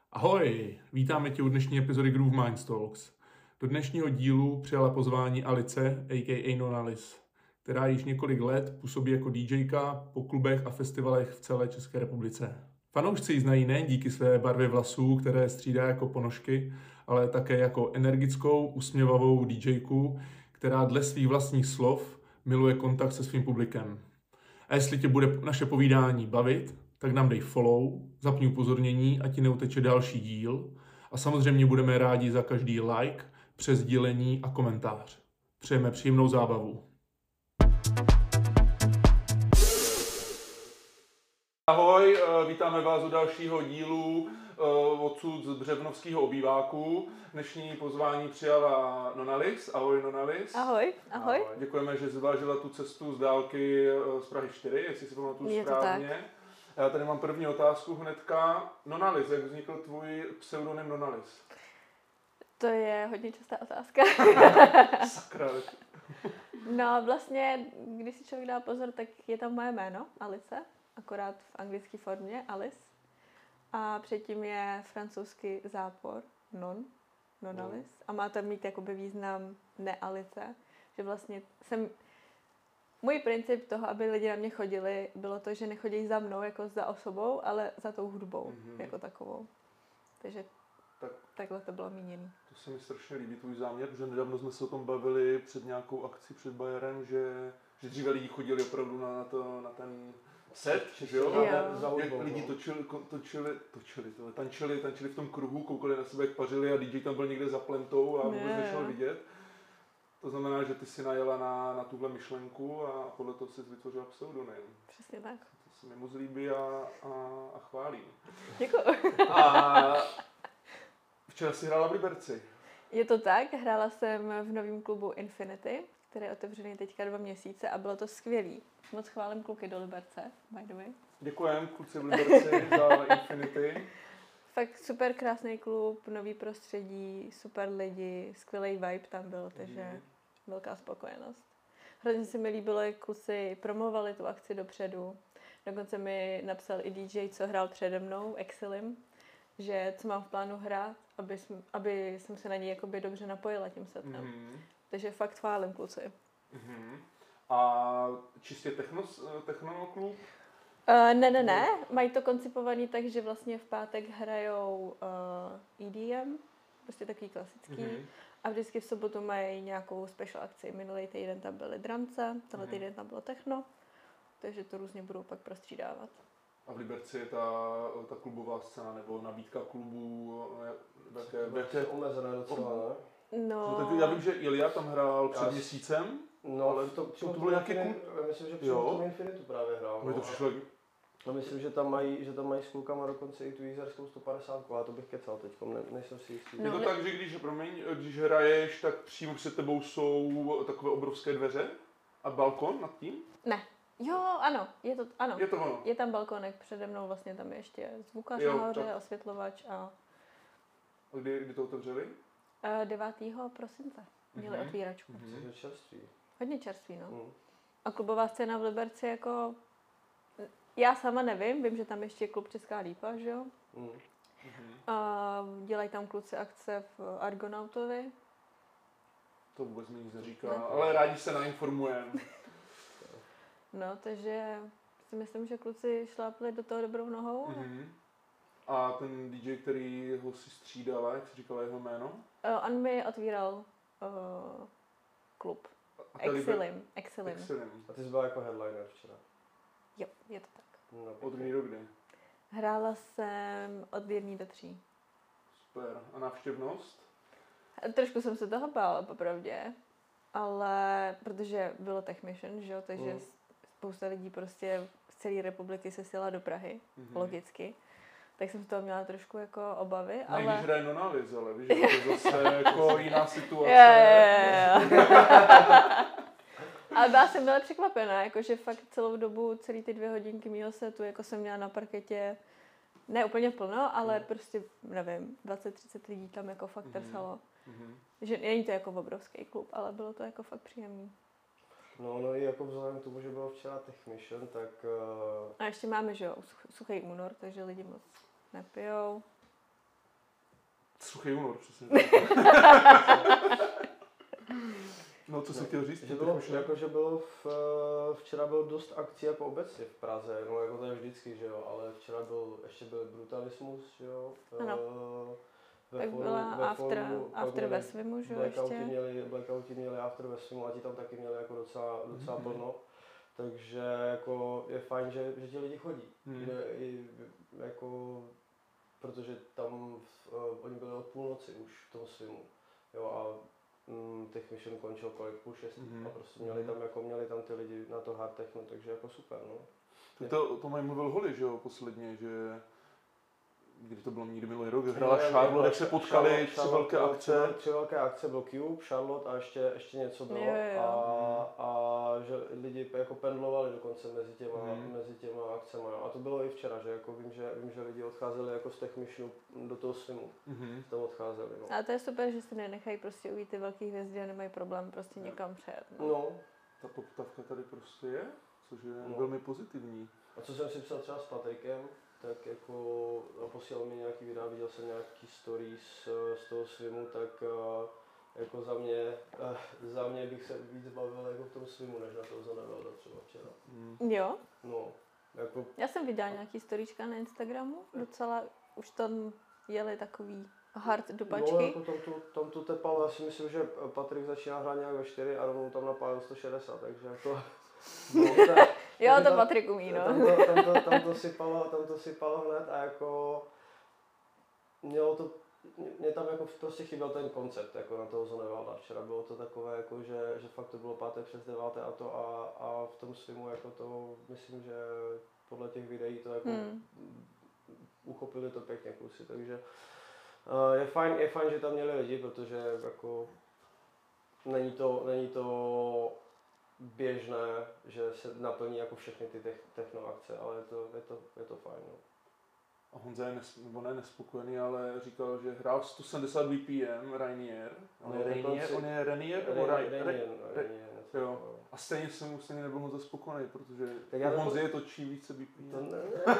Ahoj, vítáme tě u dnešní epizody Groove Minds Talks. Do dnešního dílu přijala pozvání Alice, a.k.a. Nonalis, která již několik let působí jako DJka po klubech a festivalech v celé České republice. Fanoušci ji znají nejen díky své barvě vlasů, které střídá jako ponožky, ale také jako energickou, usměvavou DJku, která dle svých vlastních slov miluje kontakt se svým publikem. A jestli tě bude naše povídání bavit, tak nám dej follow, zapni upozornění, ať ti neuteče další díl. A samozřejmě budeme rádi za každý like, přesdílení a komentář. Přejeme příjemnou zábavu. Ahoj, vítáme vás u dalšího dílu odsud z Břevnovského obýváku. Dnešní pozvání přijala Nonalis. Ahoj Nonalis. Ahoj, ahoj. Děkujeme, že zvážila tu cestu z dálky z Prahy 4, jestli si pamatuju správně. Já tady mám první otázku hnedka. Nonalis, jak vznikl tvůj pseudonym Nonalis? To je hodně častá otázka. Sakra. No vlastně, když si člověk dá pozor, tak je tam moje jméno, Alice, akorát v anglické formě, Alice. A předtím je francouzský zápor, Nonalis. A má to mít jakoby význam ne Alice. Že vlastně můj princip toho, aby lidi na mě chodili, bylo to, že nechodí za mnou jako za osobou, ale za tou hudbou jako takovou. Takže takhle to bylo míněné. To se mi strašně líbí, tvůj záměr, protože nedávno jsme se o tom bavili před nějakou akcí před Bayerem, že dříve lidi chodili opravdu na ten set, že jo? Jak lidi tančili v tom kruhu, koukali na sebe, jak pařili a DJ tam byl někde za plentou a vůbec nešel vidět. To znamená, že ty si najela na tuhle myšlenku a podle toho si vytvořila pseudonym. Přesně tak. To se mi moc líbí a chválím. Děkuji. A včera jsi hrála v Liberci. Je to tak, hrála jsem v novém klubu Infinity, který je otevřený teďka 2 měsíce a bylo to skvělý. Moc chválím kluky do Liberce, by the way. Děkujem kluci v Liberci za Infinity. Fakt super krásný klub, nový prostředí, super lidi, skvělý vibe tam byl, takže velká spokojenost. Hrozně se mi líbilo, jak kluci promovali tu akci dopředu. Dokonce mi napsal i DJ, co hrál přede mnou, Exilim, že co mám v plánu hrát, aby jsem se na něj jakoby dobře napojila tím setem. Takže fakt chválím kluci. A čistě techno klub? Ne. Mají to koncipovaný tak, že vlastně v pátek hrajou EDM, prostě takový klasický. A vždycky v sobotu mají nějakou special akci. Minulý týden tam byly drance, tenhle týden tam bylo techno. Takže to různě budou pak prostřídávat. A v Liberci je ta klubová scéna nebo nabídka klubů? Je omezené docela, ne? No. Tak já vím, že Ilja tam hrál před měsícem. No, ale to bylo nějaký myslím, že přímo v tom Infinitu právě hrál. No. To přišlo... No, myslím, že tam mají s klukama dokonce i tu jízerskou 150, ale to bych kecal teďkom, nejsem si jistý. Je to tak, že když hraješ, tak přímo před tebou jsou takové obrovské dveře a balkon nad tím? Ne. Jo, ano, je to ono. Je tam balkonek přede mnou, vlastně tam je ještě zvukař nahoře, osvětlovač a... Kdy to otevřeli? 9. prosince měli otvíračku. Čerství. Hodně čerství, no. A klubová scéna v Liberci jako... Já sama nevím, vím, že tam ještě je klub Česká lípa, že jo? A dělají tam kluci akce v Argonautovi. To vůbec mi nic neříká, ale rádi se nainformujeme. No, takže si myslím, že kluci šlápli do toho dobrou nohou. A ten DJ, který ho si střídala, jak jsi říkala jeho jméno? On mi otvíral klub. Exilim. A ty jsi byla jako headliner včera? Jo, je to tak. No, od kdy do kdy? Hrála jsem od 1 do 3. Super. A návštěvnost? Trošku jsem se toho bála, popravdě. Ale protože bylo Tech Mission, že jo, takže spousta lidí prostě z celé republiky se sjela do Prahy, logicky. Tak jsem z toho měla trošku jako obavy, ale... Když hraje Nonalis, ale víš, že to je zase jako jiná situace. Ale byla jsem byla překvapená, jakože fakt celou dobu, celý ty 2 hodinky mýho setu, jako jsem měla na parketě, ne úplně plno, ale prostě, nevím, 20-30 lidí tam jako fakt trsalo. Že není to jako obrovský klub, ale bylo to jako fakt příjemný. No i jako vzhledem k tomu, že bylo včera Tech Mission, tak... A ještě máme, že jo, suchý únor, takže lidi moc nepijou. Suchý humor, přesně. No, co jsi chtěl říct? Že bylo včera bylo dost akcí jako obecně v Praze, no jako to je vždycky, že jo, ale včera ještě byl brutalismus, že jo. Pak byla after ve Svimu, že jo, ještě. Blackouti měli after ve Svimu a ti tam taky měli jako docela plno. Takže jako je fajn, že ti lidi chodí. Jako, protože tam oni byli od půlnoci už v tom Svimu. Jo, a těch mission končil kolik, 5:30 a prostě měli tam ty lidi na to hard techno, takže jako super, no. To mají mluvil Holly, že jo, posledně, že kdy to bylo někdy minulý rok, hrála Charlotte, jak se potkali, tři velké akce, byl Cube, Charlotte a ještě něco bylo. A že lidi jako pendlovali dokonce mezi těma akcemi. A to bylo i včera, že jako vím, že lidi odcházeli jako z těch missionů do toho Svimu. Tam odcházeli, no. A to je super, že se nenechají prostě ujít ty velké hvězdy a nemají problém prostě někam přejet. No. Ta poptavka tady prostě je, což je velmi pozitivní. A co jsem si psal třeba s Patrikem, tak jako posílal mi nějaký videa, viděl jsem nějaký stories z toho Svimu, tak jako za mě bych se víc bavil jako v tom Svimu, než na toho Zonnevelda třeba včera. Jo? No, jako... Já jsem viděla nějaký storíčka na Instagramu, docela už tam jeli takový hard dupačky. No, jako tam to tepalo, já si myslím, že Patrik začíná hrát nějak ve 4 a rovnou tam napálil 160, takže jako... Jo, to Patrik umí, no. Tam to sypalo hned a jako mě tam jako prostě chyběl ten koncept jako na toho Zonnevelda. Včera bylo to takové jako, že fakt to bylo 5. přes 9. a v tom Svimu jako to myslím, že podle těch videí to jako uchopili to pěkně kluci, takže je fajn, že tam měli lidi, protože jako není to běžné, že se naplní jako všechny ty techno akce, ale je to fajn. No. A Honza je nespokojený, ale říkal, že hrál 170 BPM Rainier. On je Rainier nebo Rainier? Jo. A stejně nebyl moc spokojený, protože u Honzy je točí více BPM.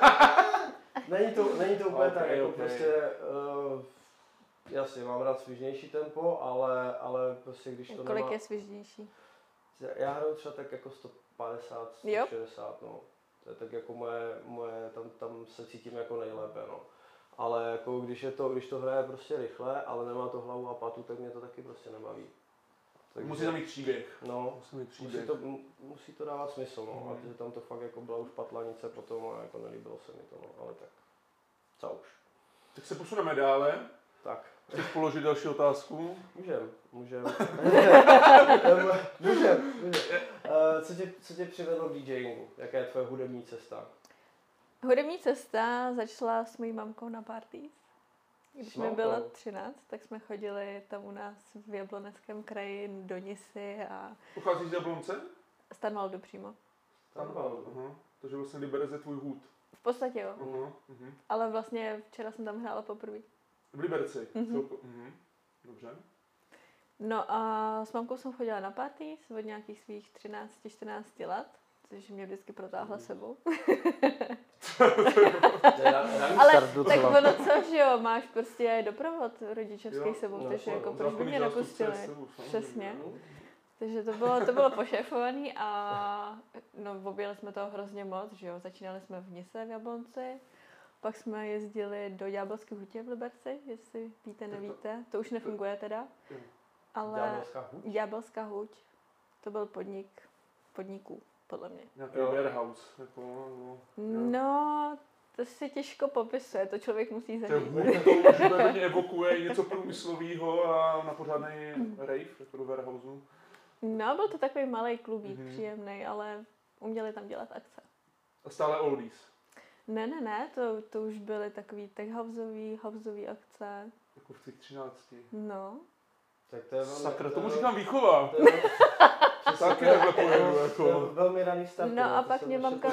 Není to úplně tak, jako prostě jasně, mám rád svižnější tempo, ale prostě když to Kolik je svižnější? Já hraju třeba tak jako 150, 160, no. To je tak jako moje tam se cítím jako nejlépe, no. Ale jako když to hraje prostě rychle, ale nemá to hlavu a patu, tak mě to taky prostě nebaví. Takže, musí tam mít příběh. No, musí to dávat smysl, no. A že tam to fakt jako byla už patlanice potom a jako nelíbilo se mi to, no. Ale tak, co už. Tak se posuneme dále. Tak. Chceš položit další otázku? Můžem. Co tě přivedlo k DJingu? Jaká je tvoje hudební cesta? Hudební cesta začala s mojí mamkou na party. Když mi bylo 13, tak jsme chodili tam u nás v Jabloneckém kraji do Nisy a... Pocházíš z Jablonce? Stanvaldu přímo. Stanvaldu, takže vlastně Liberec je tvůj hůd. V podstatě jo. Ale vlastně včera jsem tam hrála poprvé. V Liberci? Dobře. No a s mamkou jsem chodila na party od nějakých svých 13-14 let, což mě vždycky protáhla sebou. Ale tak ono co, že jo, máš prostě doprovod rodičovský sebou, takže jako proč by mě nepustili. Přesně. Takže to bylo pošéfovaný a no objeli jsme toho hrozně moc, že jo. Začínali jsme v Nise v Jablonci, pak jsme jezdili do Ďábelské hutě v Liberci, jestli víte, nevíte. To už nefunguje teda. Ale Ďábelská huť, to byl podniků, podle mě. Nějaký warehouse. Jako, no, to se těžko popisuje, to člověk musí zažít. To už hodně evokuje něco průmyslového a na pořádný rave, jako do warehouseu. No, byl to takový malý klubík, příjemný, ale uměli tam dělat akce. A stále oldies? Ne, to už byly takový tech houseový akce. Jako v těch 13. No. Tak to je velmi, sakra, tomu říkám výchova. Taky takhle pojedu, jako. To je velmi raný start. No a pak mě mamka...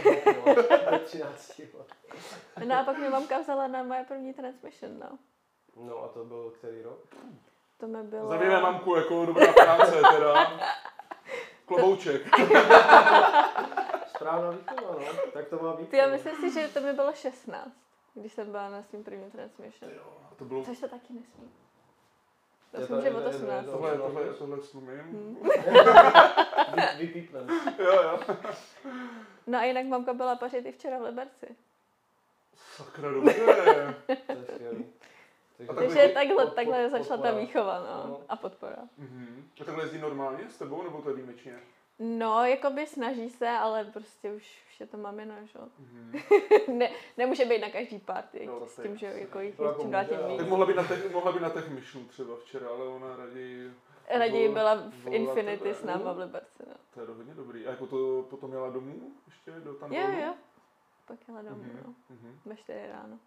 No a pak mě mamka vzala na moje první transmission, no. No a to byl který rok? To mi bylo... Zdravíme mamku, jako dobrá práce teda. Klobouček. Správná výchova, no. Tak to má být. Já myslím si, že to mi bylo 16. když jsem byla na svým prvním transmission. Jo, a to bylo... Což se taky nesmí. To Je jsem, že od 18. Tohle slumím. Vypípnem. Jo. No a jinak mamka byla pařit i včera v Liberci. Sakra, dobře. To je skvělý. Takže takhle začala ta podpora. výchova, no. A podpora. A takhle jezdí normálně s tebou, nebo to je výjimečně? No, jakoby snaží se, ale prostě už je to mamina, že jo. Nemůže být na každý party, No, s tím, že jako jich To je jako čím dál může, tím ale- víc. Tak mohla by na těch Michelu třeba včera, ale ona Raději byla v volala Infinity tebe. s náma v Liberci, no. To je hodně dobrý. A jako to potom jela domů ještě do Tanvaldu? Jo. Pak jela domů, no. Ve 4 ráno.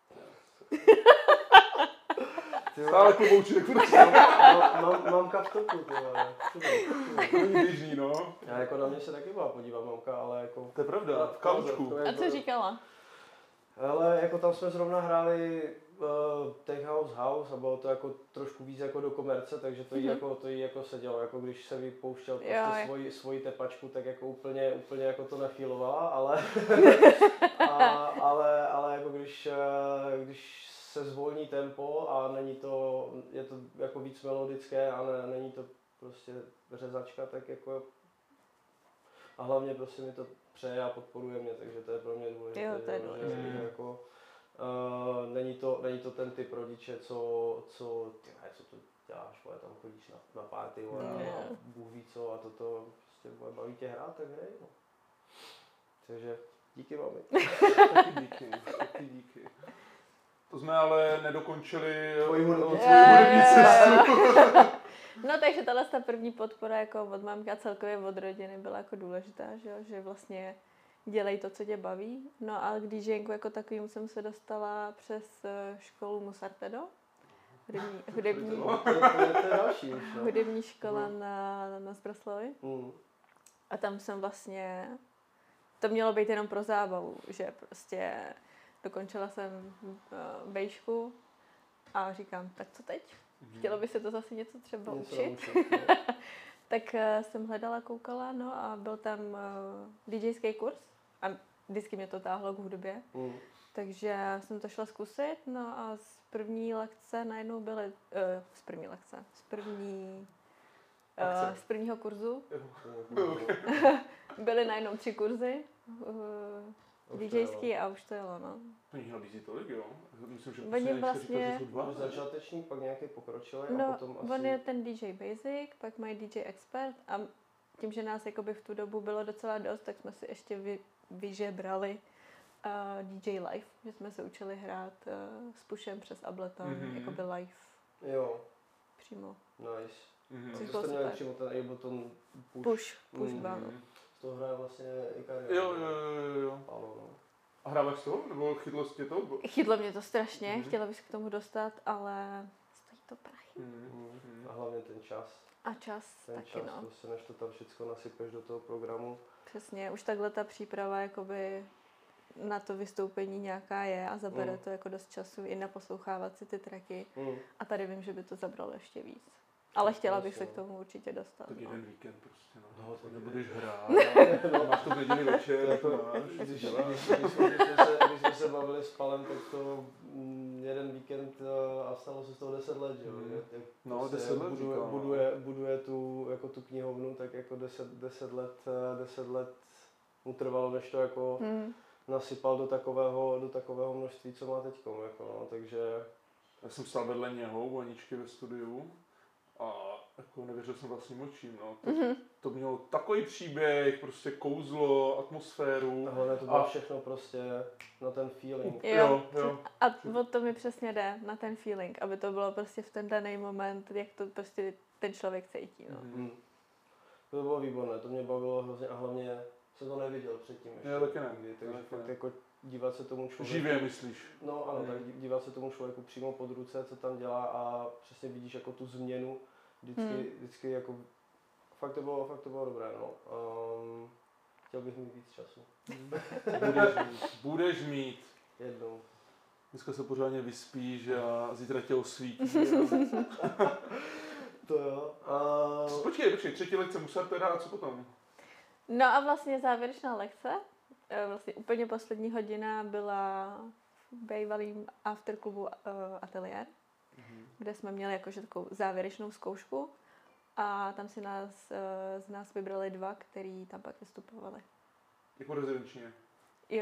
Stále klobouček, prostě. Mamka v toku, ty vole. Není běžný, no. Já jako na mě se taky byla podívat mamka, ale jako... To je pravda, v kaučku. A co říkala? Ale jako tam jsme zrovna hráli Tech House a bylo to jako trošku víc jako do komerce, takže to jí jako sedělo, jako když jsem jí pouštěl prostě svoji tepačku, tak jako úplně jako to nefílovala, ale jako když se zvolní tempo a je to jako víc melodické a není to prostě řezačka, tak jako a hlavně prostě mi to přeje a podporuje mě, takže to je pro mě důležité. Jo, to je důležité. Že jako, není to ten typ rodiče, co to děláš, vole, tam chodíš na party, vole, a Bůh ví co a toto, prostě vole, baví tě hrát, tak hej, no. Takže díky mami. Taky díky. To jsme ale nedokončili Tvoji hudební cestu. No takže tahle ta první podpora jako od mamky a celkově od rodiny byla jako důležitá, že vlastně dělej to, co tě baví. No a k DJingu jako takovým jsem se dostala přes školu Musartedo, hudební škola na Zbraslavi. A tam jsem vlastně, to mělo být jenom pro zábavu, že prostě dokončila jsem vejšku a říkám, tak co teď? Chtělo by se to zase něco třeba učit. Tak jsem hledala, koukala, no a byl tam DJský kurz a vždycky mě to táhlo k hudbě. Takže jsem to šla zkusit, no a z první lekce najednou byly, z prvního kurzu byly najednou 3 kurzy DJský a už to jelo, no. Oni nabízí tolik, jo? Myslím, že oni vlastně... Začátečník, pak nějaký pokročilý no, a potom asi... on je ten DJ Basic, pak mají DJ Expert a tím, že nás jakoby v tu dobu bylo docela dost, tak jsme si ještě vyžebrali DJ Live, že jsme se učili hrát s Pushem přes Ableton, jakoby live. Jo. Přímo. Nice. Což To jste měli super. přímo ten Ableton Push no. Z toho hraje vlastně i Karia. Jo. Pálo, no. A hráváš to? Nebo chytlo tě to? Chytlo mě to strašně, chtěla bych se k tomu dostat, ale stojí to prachy. A hlavně ten čas. A čas taky, no. Prostě, než to tam všechno nasypeš do toho programu. Přesně, už takhle ta příprava jakoby na to vystoupení nějaká je a zabere to jako dost času i naposlouchávat si ty tracky. A tady vím, že by to zabralo ještě víc. Ale chtěla bych se k tomu určitě dostat. Tak jeden víkend prostě, No, to nebudeš hrát, máš to v neděli večer, jako, máš. Když jsme se bavili s Palem, tak to jeden víkend a stalo se z toho 10 let, že jo? No, prostě 10 let buduje tu knihovnu, tak jako 10 let mu trvalo, než to jako nasypal do takového množství, co má teďko, jako no, takže... Já jsem stál vedle něho, u Aničky ve studiu a jako nevěřil jsem vlastním očím, no. To mělo takový příběh, prostě kouzlo, atmosféru. A hlavně to bylo všechno prostě na ten feeling. Jo. A o to mi přesně jde, na ten feeling, aby to bylo prostě v ten daný moment, jak to prostě ten člověk cítí, no. To bylo výborné, to mě bavilo hrozně a hlavně jsem to neviděl předtím ještě. Já taky ne. Takže fakt jako dívat se tomu člověku. Živě myslíš? No ano, tak dívat se tomu člověku přímo pod ruce, co tam dělá a přesně vidíš jako tu změnu. Vždycky jako fakt to bylo dobré, no. Chtěl bych mít víc času. Budeš mít. Jednou. Dneska se pořádně vyspíš a zítra tě osvítí. To jo. Počkej, 3. lekce Musarteda a co potom? No a vlastně závěrečná lekce, vlastně úplně poslední hodina byla bývalým afterklubu Ateliér, kde jsme měli jakože takovou závěrečnou zkoušku a tam si z nás vybrali 2, který tam pak vystupovali. Jako rezidenčně. Jo.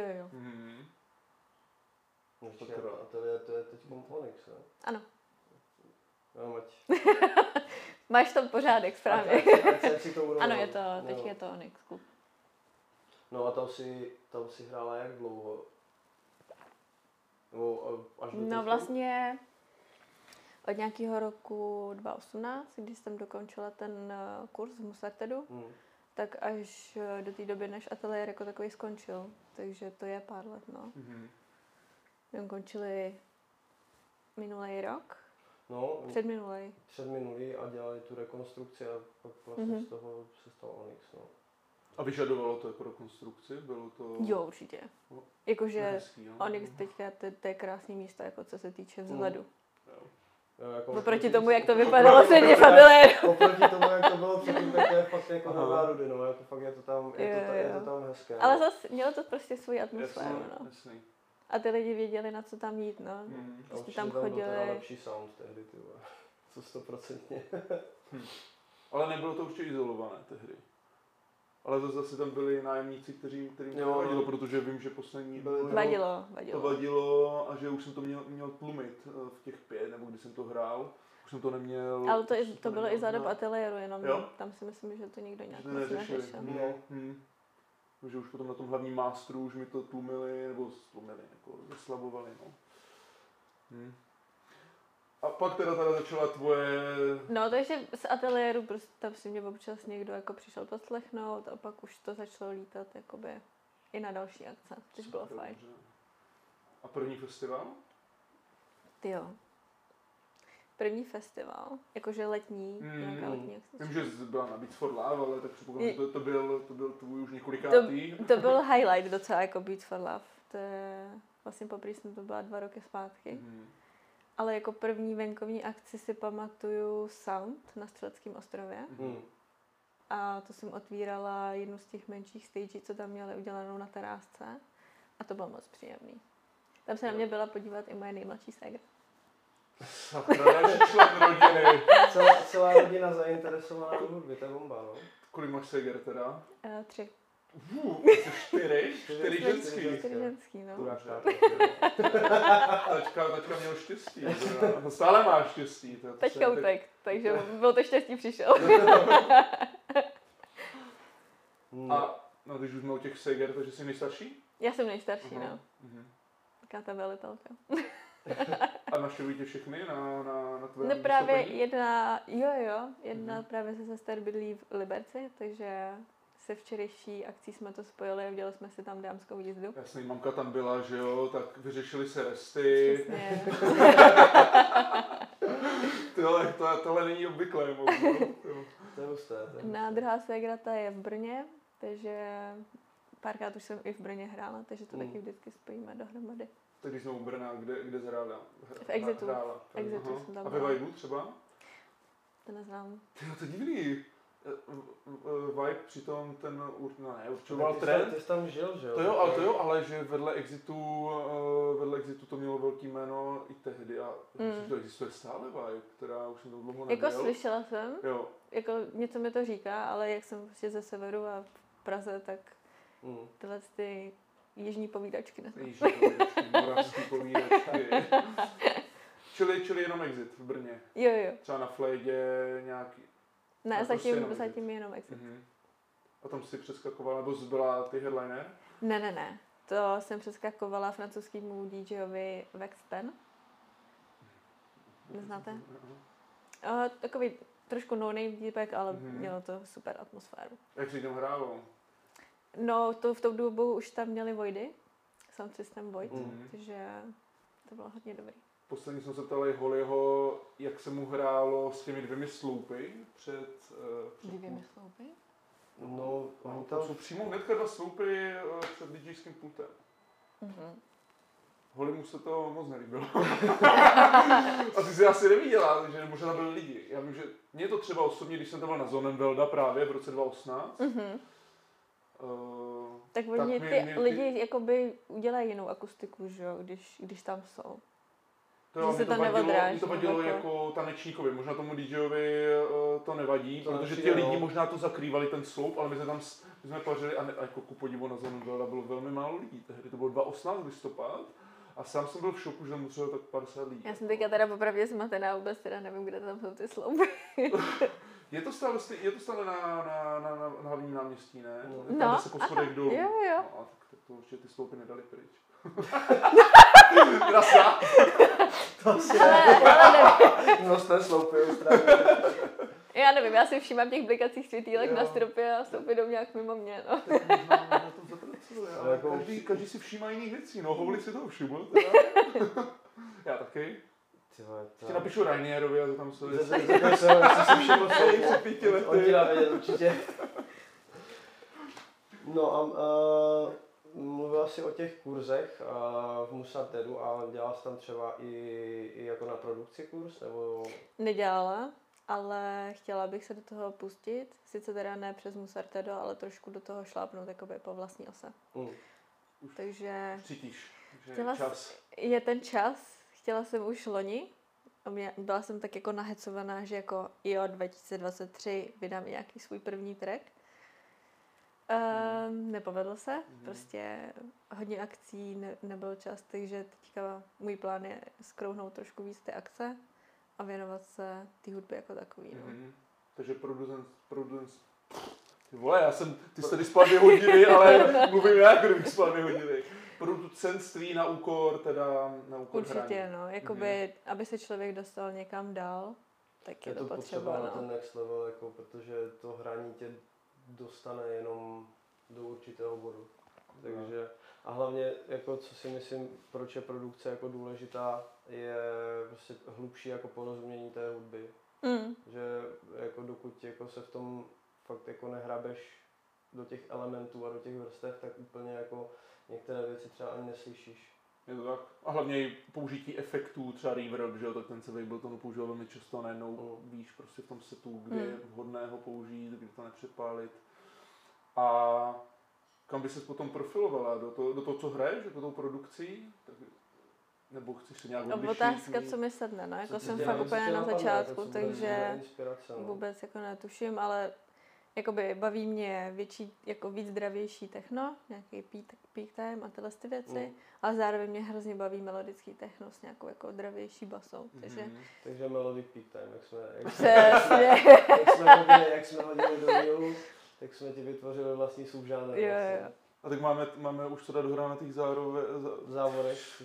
Ateliér to je teď Onyx, ne? Ano. No, Máš tam pořádek, správně. Ano, teď je to Onyx klub. No a tam si hrála jak dlouho? No vlastně od nějakého roku 2018, když jsem dokončila ten kurz v Musartedu, tak až do té doby, než Ateliér jako takový skončil. Takže to je pár let, no. Jen končili minulý rok. No, Předminulý a dělali tu rekonstrukci a pak vlastně z toho se stal Onyx, no. A vyžadovalo to jako rekonstrukci? Bylo to... Jo, určitě. Jakože hezký, Onyx teďka to je krásný místo, jako co se týče vzhledu. Jo, jako oproti tomu, jak to vypadalo předtím v Ateliéru. Oproti tomu, jak to bylo předtím, tak to je fakt jako nová rudy, no, jako fakt je to tam hezké. Ale zase mělo to prostě svůj atmosféru, no. Jasný. A ty lidi věděli, na co tam jít, no. Prostě tam chodili. Byl lepší sound tehdy, ty vole. Co 100%. Ale nebylo to určitě izolované tehdy. Ale zase tam byli nájemníci, kterým to vadilo, protože vím, že poslední to vadilo a že už jsem to měl tlumit v těch 5, nebo když jsem to hrál. Už jsem to neměl. Ale to bylo i za dob Ateliéru, jenom tam si myslím, že to nikdo nějak neřešil. Že už potom na tom hlavním masteru už mi to tlumili, jako zeslabovali, no. A pak teda začala tvoje... No, takže z Ateliéru prostě tam si mě občas někdo jako přišel poslechnout a pak už to začalo lítat jakoby i na další akce, což bylo fajn. A první festival? Jo. První festival, jakože letní, nějaká letní akce. Vím, že byla na Beats for Love, ale tak předpokládám, že to byl tvůj už několikátý. To byl highlight docela jako Beats for Love. To je vlastně poprvé jsem to byla 2 roky zpátky. Ale jako první venkovní akci si pamatuju Sound na Střeleckém ostrově. A to jsem otvírala jednu z těch menších stagí, co tam měli udělanou na terásce. A to bylo moc příjemný. Tam se na mě byla podívat i moje nejmladší ségra. Další člen rodiny. Celá rodina zainteresovaná do hudby, to je bomba, no. Kolik máš séger teda? 3. 4 ženský. 4 ženský, no. Tačka měl štěstí. Stále máš štěstí. Tačka utek, takže bylo to štěstí přišel. A když už jsme u těch séger, takže jsi nejstarší? Já jsem nejstarší, no. Taká ta velitelka. A navštěvují tě všechny na tvém No právě jedna právě se sester bydlí v Liberci, takže se včerejší akcí jsme to spojili a udělali jsme si tam dámskou jízdu. Jasný, mamka tam byla, že jo, tak vyřešili se resty. Přesně. Tohle není obvyklé. To je husté. Na druhá ségra ta je v Brně, takže párkrát už jsem i v Brně hrála, takže to taky vždycky spojíme dohromady. Tak když jsme u Brna, kde zhrála? V Exitu. Jsem tam a ve Vibu třeba? To neznám. To je divný. Vibe přitom ten určoval trend. Ty jsi tam žil, že jo? To jo, ale že vedle Exitu to mělo velký jméno i tehdy a myslím, že to existuje stále Vibe, která už jsem to dlouho nebyl. Jako slyšela jsem, jo. Jako něco mi to říká, ale jak jsem prostě ze severu a v Praze, tak tyhle ty jižní povídačky neznám. Jižní povídačky, moravský povídačky. Čili jenom Exit v Brně? Jo. Třeba na Flejdě nějaký? Ne, zatím jenom Exit. A tam jsi přeskakovala, nebo byla ty headliner? Ne. To jsem přeskakovala francouzskému DJovi Vex 10. Neznáte? Takový trošku no-name týpek, ale mělo to super atmosféru. Jak jsi tam hrálo? No, v tou dobu už tam měli Voidy, Sound System Void, takže to bylo hodně dobrý. Poslední jsem se ptal Hollyho, jak se mu hrálo s těmi 2 sloupy před... 2 sloupy? No, tam jsou přímo hnedka 2 sloupy před DJským pultem. Hollymu se to moc nelíbilo. A ty jsi asi neviděla, takže možná byli lidi. Já vím, že mě to třeba osobně, když jsem tam byl na Zonenvelda právě v roce 2018, Tak oni ty lidi jakoby udělají jinou akustiku, že jo, když tam jsou. To jo, mě to vadilo jako tanečníkovi, možná tomu DJovi to nevadí, protože ti lidi možná to zakrývali ten sloup, ale my jsme pařili a jako ku podivu na Zonu bylo velmi málo lidí, tehdy to bylo 2018 listopad a sám jsem byl v šoku, že tam muselo tak 50 lidí. Já jsem teďka teda popravdě zmatená, vůbec teda nevím, kde tam jsou ty sloupy. Je to stále na hlavním náměstí, ne? No, tam se po schodech dolů. Jo. No, tak to určitě ty sloupy nedali pryč. Krásná. To asi no z té sloupy já nevím, já si všímám těch blikacích světýlek na stropě a sloupy jdou nějak mimo mě, no. Tak možná to zapracuje, ale jako... každý si všímá jiných věcí, no Houli si toho všiml, teda. Já taky. Ti napíšu Rainierovi a to tam se... si všiml sloupy. On ti dá vědět určitě. No a mluvila jsi o těch kurzech v Musartedu a dělala jsi tam třeba i jako na produkci kurz, nebo? Nedělala, ale chtěla bych se do toho pustit, sice teda ne přes Musartedo, ale trošku do toho šlápnout jakoby po vlastní ose. Takže cítíš, že je ten čas, chtěla jsem už loni, byla jsem tak jako nahecovaná, že jako 2023 vydám nějaký svůj první track. Nepovedlo se, prostě hodně akcí, nebyl čas, takže teďka můj plán je skrouhnout trošku víc ty akce a věnovat se té hudbě jako takový. No. Takže producent. Ty vole, ty jsi tady spal 2 hodiny, ale mluvím já, kdybych spal 2 hodiny. Producentství na úkor určitě, hraní. No, jakoby, aby se člověk dostal někam dál, tak je to potřeba. Na ten next level, jako, protože to hraní tě dostane jenom do určitého bodu. Takže a hlavně, jako, co si myslím, proč je produkce jako důležitá, je prostě hlubší jako porozumění té hudby. Že jako dokud jako se v tom fakt jako nehrabeš do těch elementů a do těch vrstev, tak úplně jako některé věci třeba ani neslyšíš. Je to tak. A hlavně i použití efektů, třeba reverb, že jo, tak ten se Ableton používal velmi často, najednou víš prostě v tom setu, kde je vhodné ho použít, kde to nepřepálit. A kam by ses potom profilovala? Do toho, co hraješ, jako tou produkcí? Tak, nebo chceš se nějak odlišit? Otázka, co mi sedne, no? Jako jsem fakt úplně na začátku, jako takže vůbec jako netuším, ale jakoby baví mě víc zdravější techno, nějaký peak time a tyhle ty věci, ale zároveň mě hrozně baví melodický techno s nějakou jako zdravější basou, Takže melodic peak time, jak jsme hodili do dílu, tak jsme ti vytvořili vlastní subžánr. Jo. A tak máme už to dát dohranatých závorech.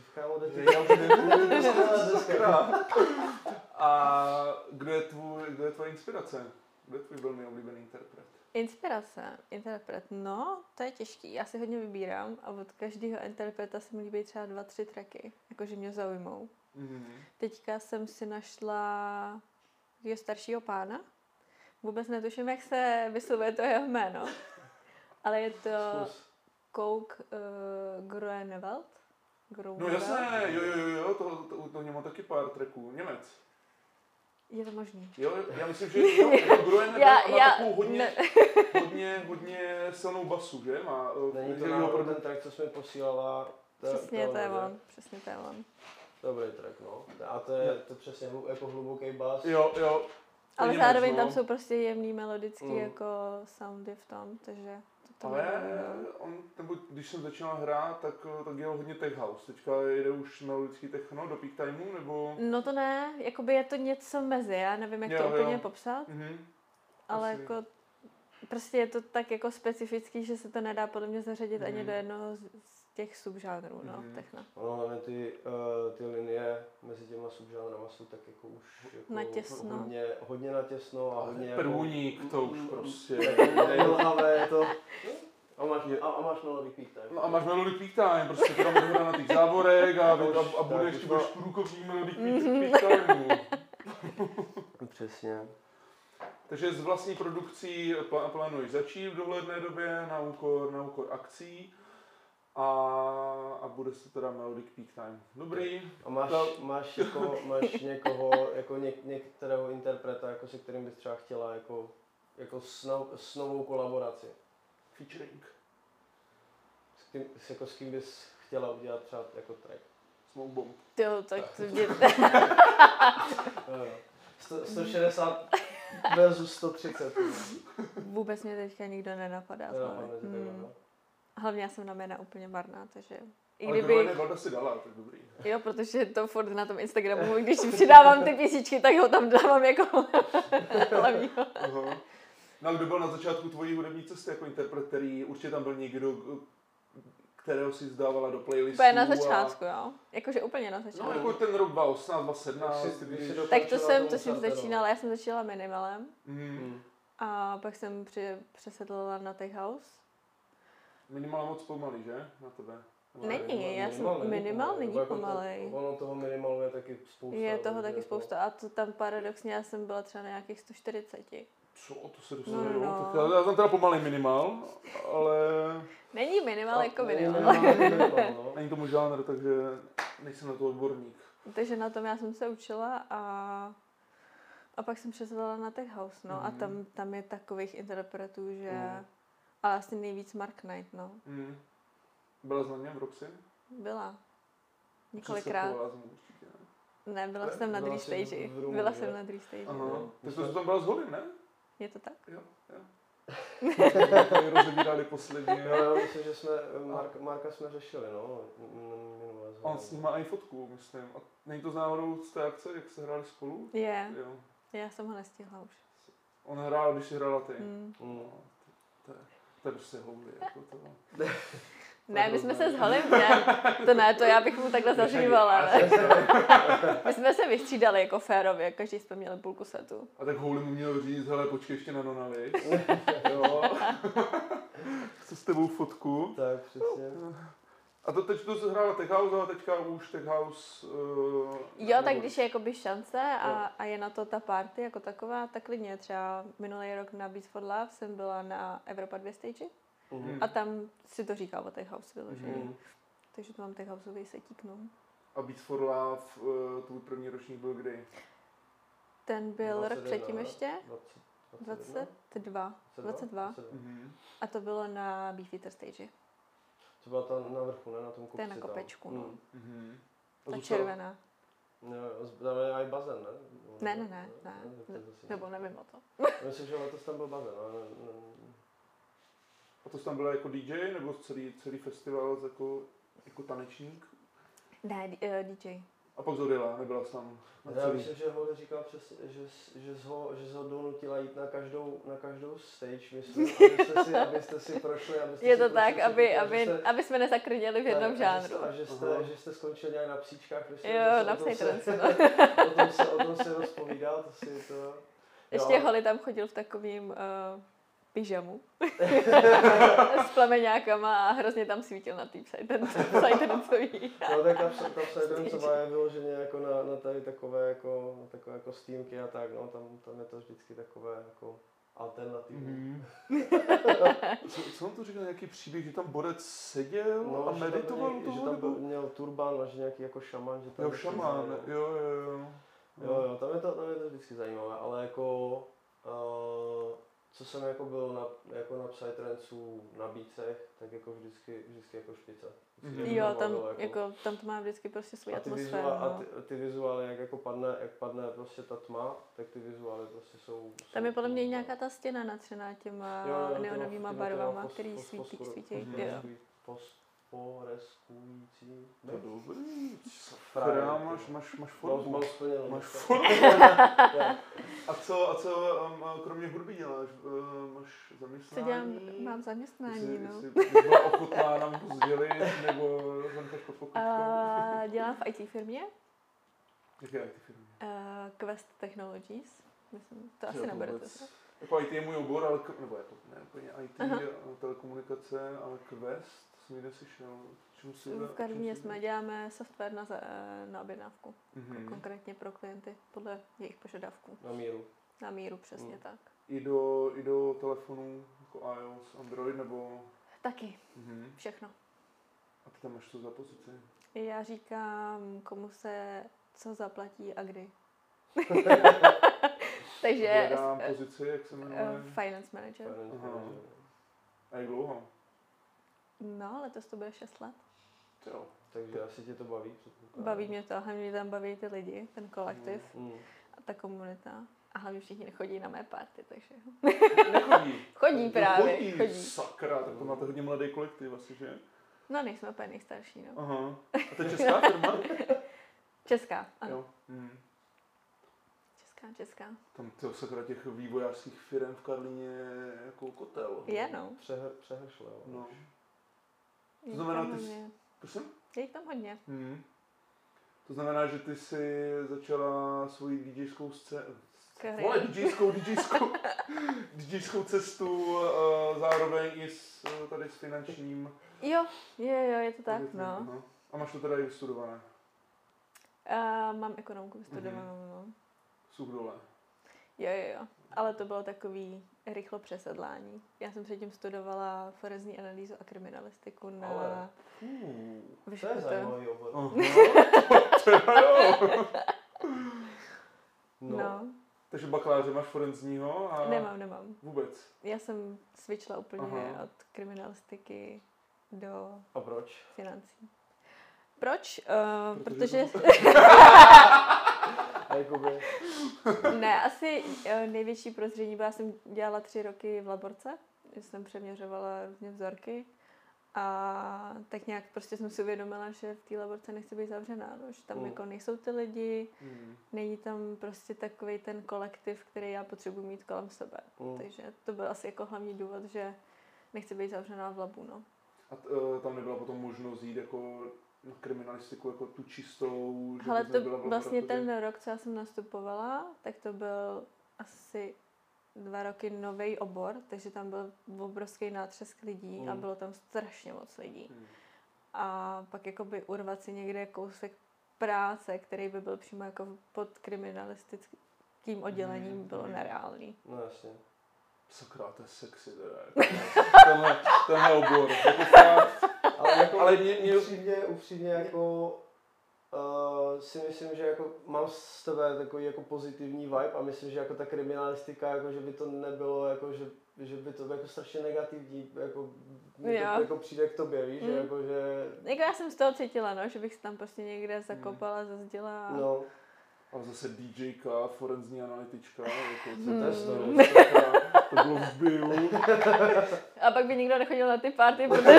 A kdo je tvoje inspirace? Kdo je tvůj velmi oblíbený interpret? Interpret, no, to je těžký. Já si hodně vybírám a od každého interpreta se mi líbí třeba 2-3 tracky, jakože mě zaujmou. Teďka jsem si našla jeho staršího pána. Vůbec netuším, jak se vyslovuje to jeho jméno, ale je to Coke Groenewald. No jasné, jo, to něm má taky pár tracků. Němec. Je to možný. Jo, já myslím, že jako Groenewald má takovou hodně silnou basu, že? Není to náhodou ten track, co jsme posílala. Přesně to je on. Dobrý track, no. A to je přesně jako hluboký bas. Jo. Ale zároveň tam jsou prostě jemný melodický jako soundy v tom, takže to ale když jsem začínal hrát, tak jel hodně tech house. Teďka jede už melodický techno do peak timeu, nebo? No to ne, jakoby je to něco mezi, já nevím, jak to úplně popsat, ale jako prostě je to tak jako specifický, že se to nedá podle mě zařadit ani do jednoho z těch subžánrů, techna. Ono hlavně ty linie mezi těma subžánrama jsou tak jako už jako natěsno. Hodně natěsno a hodně průnik, to už prostě. Nejlhavé je to. A máš melodic peak time. No a máš melodic peak time, prostě to dáme dohra na těch závorek a budeš průkopní melodic peak timeu. Přesně. Takže s vlastní produkcí plánuješ začít v dohledné době na úkor akcí a bude se teda melodic peak time. Dobrý. A máš někoho, jako některého interpreta, jako se kterým bys třeba chtěla jako s novou kolaboraci? Featuring. s kým bys chtěla udělat třeba jako track? Smoke Bomb. Jo, tak to mě... 160 versus 130. Vůbec mě teďka nikdo nenapadá. Hlavně já jsem na jména úplně marná, takže... I Ale kdyby... Valda si dala, tak dobrý. Jo, protože to furt na tom Instagramu, když přidávám ty písničky, tak ho tam dávám jako hlavního. No a kdo byl na začátku tvojí hudební cesty jako interpret, který určitě tam byl někdo, kterého si zdávala do playlistu? Úplně na začátku, jo. Jakože úplně na začátku. No jako ten rok 2018, 2017. Tak to jsem začínala, já jsem začala Minimalem. A pak jsem přesedlala na Tech House. Minimal moc pomalý, že? Na tebe? Není, Minimal není pomalej. Ono toho Minimalu je taky spousta. Je toho taky spousta a to tam paradoxně já jsem byla třeba na nějakých 140. Co? To se dostane, no. Tak já jsem teda pomalej Minimal, ale... Není Minimal jako Minimal. No. Není tomu žánr, takže nejsem na to odborník. Takže na tom já jsem se učila a pak jsem přesedlala na Tech House, no. A tam je takových interpretů, že... Ale asi nejvíc Mark Knight, no. Byla jsi na něm v Roxy? Byla. Několikrát. Ne, byla jsem na druhé stage. Byla jsem na druhé stage. Tak to tam byla s Holím, ne? Je to tak? Jo. Rozebírali poslední. Jo, myslím, že jsme Marka jsme řešili, no. On s ním má i fotku, myslím. A není to z náhodou z té akce, jak se hráli spolu? Je. Jo. Já jsem ho nestihla už. On hrál, když si hrála ty. To je prostě Holy, jako to. Ne, my jsme se s Holem, to já bych mu takhle zažívala. My jsme se vystřídali jako férově, každý jsme měli půlku setu. A tak Holy mu měl říct, hele, počkej ještě na Nonali. Jo. Chci s tebou fotku. Tak, přesně. A to teď to se hrála Tech House, ale teďka už Tech House... Jo, tak když je jakoby šance a je na to ta party jako taková, tak klidně. Třeba minulý rok na Beats for Love jsem byla na Evropa 2 stage a tam si to říká o Tech House vyloženě. Takže to mám Tech Houseový setík, no. A Beats for Love, tvůj první ročník byl kdy? Ten byl 21, rok předtím ještě? 22. A to bylo na Beefeater stage. To byla tam na vrchu, ne? Na tom kopci. To je na kopečku, no. Ta červená. Jo, tam je i bazén, ne? Ne. Nebo nevím o to. Myslím, že letos tam byl bazén, ale A to jsi tam byla jako DJ, nebo celý festival jako tanečník? Ne, DJ. A pak odjela, nebyla jsi tam na já celý. myslím, že Holly říkal přesně, že jsi ho donutila jít na každou stage, myslím, abyste si prošli. Je to tak, aby jsme nezakrněli v jednom žánru. A že jste skončili nějak na psíčkách, myslím. Jo, na psytrance, no. O tom se rozpovídal, to si to... Ještě Holly tam chodil v takovým pyžamu s plameňákama a hrozně tam svítil na tý psytrancový. No tak ta psytrancová je vyloženě jako na tady takové jako steamky a tak, no, tam je to vždycky takové jako alternativní. Co on tu říkal, nějaký příběh, že tam borec seděl a meditoval u toho? Že tam měl turbán a že nějaký jako šaman, že tam... Jo, šaman, Jo, tam je to vždycky zajímavé, ale jako... co jsem jako byl na psytranceu na bícech, tak jako vždycky jako špice. Jo, tam to má vždycky prostě svou atmosféru. A ty vizuály, jak padne prostě ta tma, tak ty vizuály prostě jsou... Tam je podle mě nějaká ta stěna natřená těma neonovýma barvama, který svítí. Fosforeskující. To dobrý. Která máš formu. Máš formu. A co kromě hudby děláš? Máš zaměstnání? Mám zaměstnání, no. Jsi byla ochotná nám to sdělit, nebo zanecháš pod pokličkou? Dělám v IT firmě. Jaké IT firmě? Quest Technologies. Myslím, to asi nebudete. Jako IT je můj obor, ale nebo jako ne úplně IT, telekomunikace, ale Quest. Někde jsi šel? V Karlíně děláme software na objednávku. Konkrétně pro klienty, podle jejich požadavků. Na míru, přesně tak. I do telefonů jako iOS, Android nebo? Taky. Všechno. A ty tam máš co za pozici? Já říkám, komu se co zaplatí a kdy. Takže... Hledám pozici, jak se jmenuje? Finance manager. A jak dlouho? No, letos to bude 6 let. Jo. Takže asi tě to baví. Baví mě to, hlavně mě tam baví ty lidi, ten kolektiv a ta komunita. A hlavně všichni nechodí na mé party, takže... Nechodí. Chodí právě, chodí. Sakra, tak to máte hodně mladý kolektiv asi, že? No, nejsme úplně nejstarší, no. Aha. A to je česká firma? Česká, ano. Jo. Česká. Tam to sakra těch vývojářských firm v Karlíně je jako kotel. Je, no. Přehršle, jo. No. Je To znamená, tam ty hodně. Prosím? Je jich tam hodně. To znamená, že ty jsi začala svoji DJskou Kariéru. DJskou cestu zároveň i tady s finančním. Jo, je to tak, no. Aha. A máš to teda i vystudované? Mám ekonomku vystudovanou, no. Suchdole. Jo. Ale to bylo takový rychlo přesedlání. Já jsem předtím studovala forenzní analýzu a kriminalistiku na... To je zajímavý obor. No. Takže bakaláře máš forenzního? A... Nemám. Vůbec? Já jsem switchla úplně od kriminalistiky do... A proč? Financí. Proč? Protože... Ne, asi největší prozření byla, já jsem dělala 3 roky v laborce, že jsem přeměřovala různě vzorky a tak nějak prostě jsem si uvědomila, že v té laborce nechci být zavřená, no, že tam jako nejsou ty lidi, není tam prostě takovej ten kolektiv, který já potřebuji mít kolem sebe. Takže to byl asi jako hlavní důvod, že nechci být zavřená v labu, no. A tam nebyla potom možnost jít jako na kriminalistiku jako tu čistou? Že Ale to byla vlastně ten rok, co já jsem nastupovala, tak to byl asi 2 roky nový obor, takže tam byl obrovský nátřesk lidí a bylo tam strašně moc lidí. A pak jakoby urvat si někde kousek práce, který by byl přímo jako pod kriminalistickým oddělením, bylo nereálný. No jasně. Sakra, to je sexy teda. Tenhle obor. Jako fakt. Ale mě upřímně jako si myslím, že jako mám z tebe takový jako pozitivní vibe a myslím, že jako ta kriminalistika, jako že by to nebylo jako, že by to bylo jako strašně negativní, jako, to jako přijde k tobě, víš, že jako, že... Jako já jsem z toho cítila, no, že bych se tam prostě někde zakopala, zazděla. No. Ale zase DJka, forenzní analytička, jako to bylo v bio. A pak by nikdo nechodil na ty party, protože...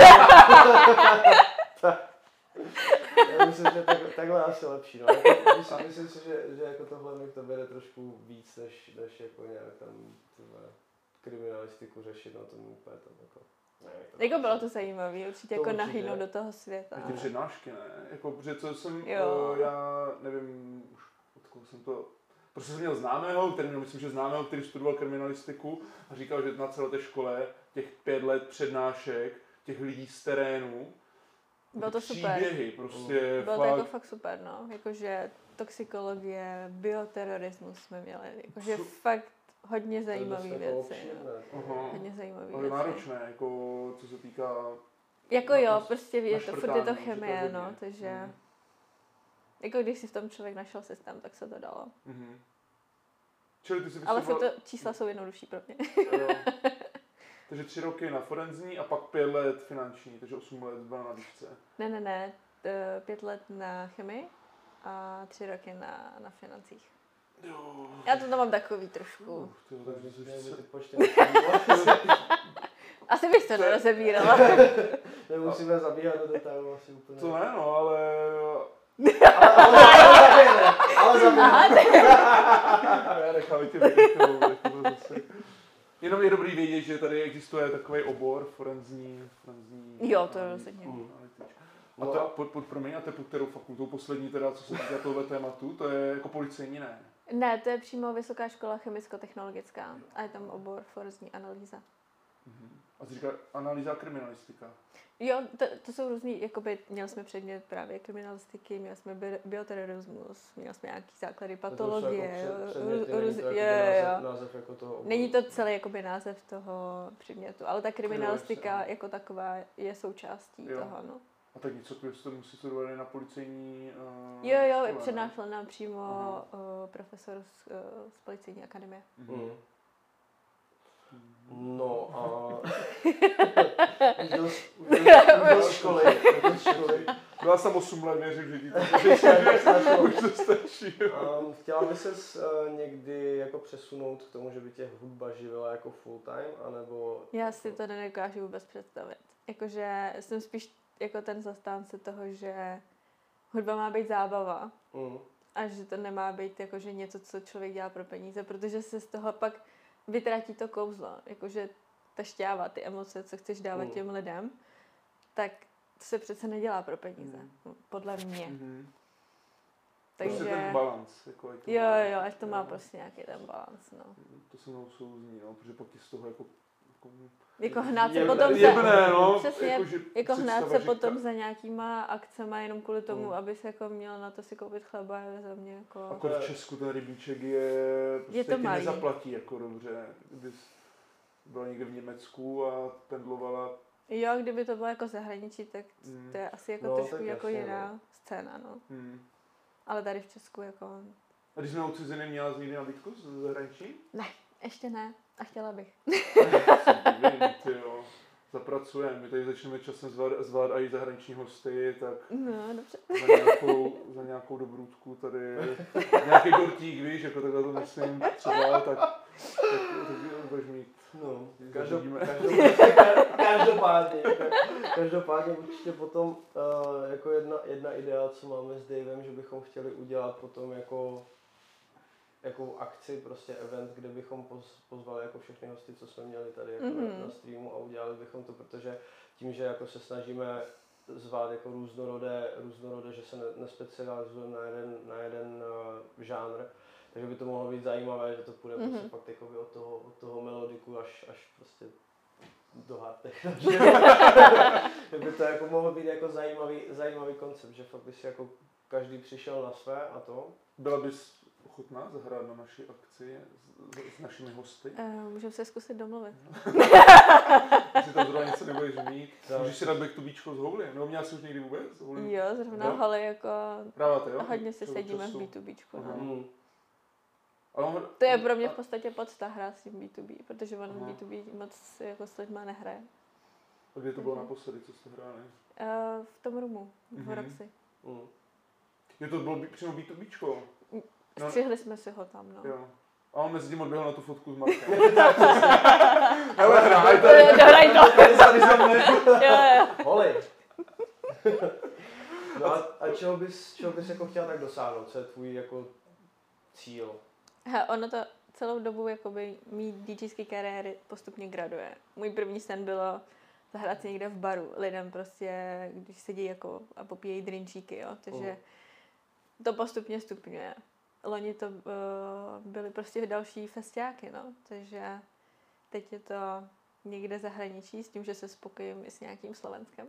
Já myslím, že takhle asi lepší, no. Myslím si, že jako tohle mi to vede trošku víc, než jako nějak tam kriminalistiku řešit, no to mi úplně tam jako... Jako bylo to zajímavé, určitě jako nahýnout do toho světa. Ty přednášky, ne? Jako, protože co jsem, já nevím, už od koho jsem to... Prostě jsem měl známého, který studoval kriminalistiku a říkal, že na celé té škole těch 5 let přednášek, těch lidí z terénu, bylo to super. Příběhy, prostě bylo to jako fakt super, no. Jakože toxikologie, bioterorismus jsme měli, jakože fakt hodně zajímavé věci. Hodně zajímavé věci. Ale náročné, jako co se týká... Jako jo, prostě je to, furt je to chemie, no, takže... Jako když si v tom člověk našel systém, tak se to dalo. Čili ty si ale furt to čísla jsou jednodušší pro mě. Takže 3 roky na forenzní a pak 5 let finanční, takže 8 let byla na výšce. Ne, 5 let na chemii a 3 roky na financích. Jo. Já to tam mám takový trošku. Asi bych to nerozebírala. Nemusíme zabíhat do detailu asi úplně. To ne, no, ale... ale zabíhat. Já nechám tě vyděchnout, zase. Jenom je dobrý vědět, že tady existuje takový obor forenzní. Jo, to rozhodně. A to promiň, a to je pod kterou fakultou poslední teda, co se týká tohle tématu, to je jako policejní, ne? Ne, to je přímo Vysoká škola chemicko-technologická a je tam obor forenzní analýza. A jsi říká analýza kriminalistika. Jo, to jsou různý, jakoby měli jsme předmět právě kriminalistiky, měli jsme bioterorismus, měli jsme nějaký základy patologie. Název jako toho oboru. Není to celý jakoby název toho předmětu, ale ta kriminalistika jako taková je součástí toho, no. A tak něco, když jste musí studovat na policejní Jo, přednášel nám přímo profesor z policejní akademie. No a už do školy. Byla jsem 8 let, neřekl, že ti to už to stačí. Chtěla by ses někdy jako přesunout k tomu, že by tě hudba živila jako full time, anebo... Já si to nedokážu vůbec představit. Jakože jsem spíš jako ten zastánce toho, že hudba má být zábava a že to nemá být jakože něco, co člověk dělá pro peníze, protože se z toho pak vytratí to kouzlo. Jakože ta šťáva, ty emoce, co chceš dávat těm lidem, tak to se přece nedělá pro peníze, podle mě. Takže... Prostě ten balans. Jako jo, ať to má prostě nějaký ten balans, no. To se mnou souzní, no, protože pak ti z toho jako hnát se potom přesně, jako hnát se potom za nějakýma akcema jenom kvůli tomu, abys jako měl na to si koupit chleba, je za mě jako... Jako v Česku ten rybíček je prostě to ti malý. Nezaplatí jako dobře. Kdybys byla někde v Německu a pendlovala... Jo, kdyby to bylo jako zahraničí, tak to je asi jako trošku jako jiná scéna, no. Ale tady v Česku jako... A když jsme odcizeny, měla jsi někdy nabídku z zahraničí? Ne, ještě ne. A chtěla bych. Zapracujeme. My tady začneme časem zvát i zahraniční hosty, tak no, dobře. Za nějakou dobrůdku tady nějaký dortík, víš, jako takhle to myslím třeba, tak budeš mít. No, každopádně určitě potom jako jedna idea, co máme s Davem, že bychom chtěli udělat potom jako akci, prostě event, kde bychom pozvali jako všechny hosty, co jsme měli tady jako na streamu a udělali bychom to, protože tím, že jako se snažíme zvát jako různorodé, že se nespecializujeme na jeden žánr, takže by to mohlo být zajímavé, že to půjde prostě fakt jako od toho melodiku až prostě do hardtech. Že by to jako mohlo být jako zajímavý koncept, že fakt by si jako každý přišel na své a to. Byla bys ochotná zahrát na naší akci s našimi hosty? Můžeme se zkusit domluvit. Jestli tam zrovna něco nebudeš mít. Můžeš si dát back to beachko z Houly? Nebo měla jsi už někdy vůbec? Houly? Jo, zrovna Houly jako Práváte, jo? hodně si sedíme v B2Bčku. No. To je pro mě v podstatě podsta hrát s tím B2B, protože on v B2B moc jako s lidma nehraje. A kde to bylo naposledy, co jste hráli? V tom roomu, v Roxy. Je to bylo přímo B2Bčko? Střihli jsme si ho tam, no. Jo. A on mezi tím odběhl na tu fotku s Markem. Hele, hraj to. Dohraj to. Holi. No a čeho bys jako chtěla tak dosáhnout? Co je tvůj jako cíl? Ono to celou dobu jakoby mý DJský kariéry postupně graduje. Můj první sen bylo zahrát si někde v baru lidem prostě, když sedí jako a popíjejí drinčíky, jo. Takže to postupně stupňuje. Loni to byly prostě další festiáky, no. Takže teď je to někde zahraničí s tím, že se spokojím i s nějakým Slovenskem.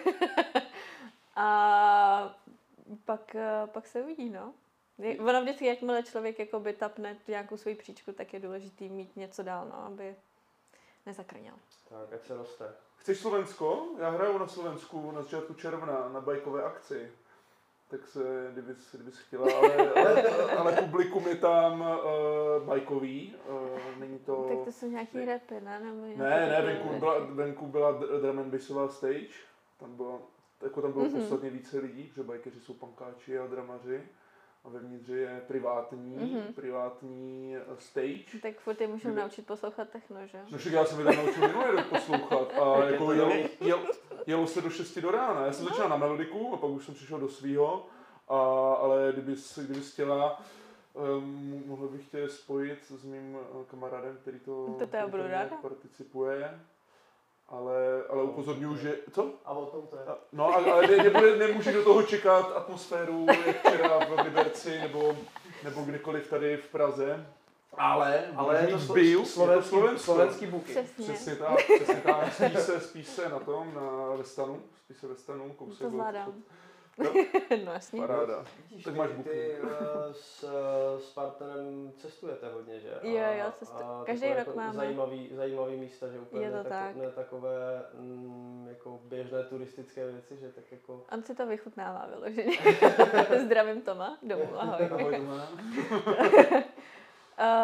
A pak se uvidí, no. Ono vždycky, jakmile člověk jakoby tapne nějakou svoji příčku, tak je důležitý mít něco dál, no, aby nezakrněl. Tak, ať se roste. Chceš Slovensko? Já hraju na Slovensku na začátku června na bajkové akci. Tak se, kdybys chtěla, ale publikum je tam bajkový, není to... Tak to jsou nějaký rapy, ne? Ne, venku byla drum and bassová stage, tam bylo podstatně více lidí, protože bajkeři jsou pankáči a dramaři. A vevnitř je privátní stage. Tak furt je můžeme naučit poslouchat techno, že? No však já jsem je tam naučil minulý rok poslouchat a jako jelo se do 6 do rána. Já jsem začal na melodiku a pak už jsem přišel do svýho, ale kdybys chtěla, mohl bych tě spojit s mým kamarádem, který to participuje. Ale upozorňuji, že... Co? A o tom to je. No, ale nemůže do toho čekat atmosféru, jak včera v Liberci nebo kdekoliv tady v Praze. Ale je to slovenský buky. Přesně tak. Spí se na tom, ve stanu, kousek. To zvládám. No jasně. Paráda. Vidíš, tak máš ty s partnerem cestujete hodně, že? Jo, každý rok jako máme. Zajímavý místa, že úplně ne takové jako běžné turistické věci, že tak jako... On si to vychutnává vyloženě. Zdravím Toma, domů, ahoj. Ahoj Toma.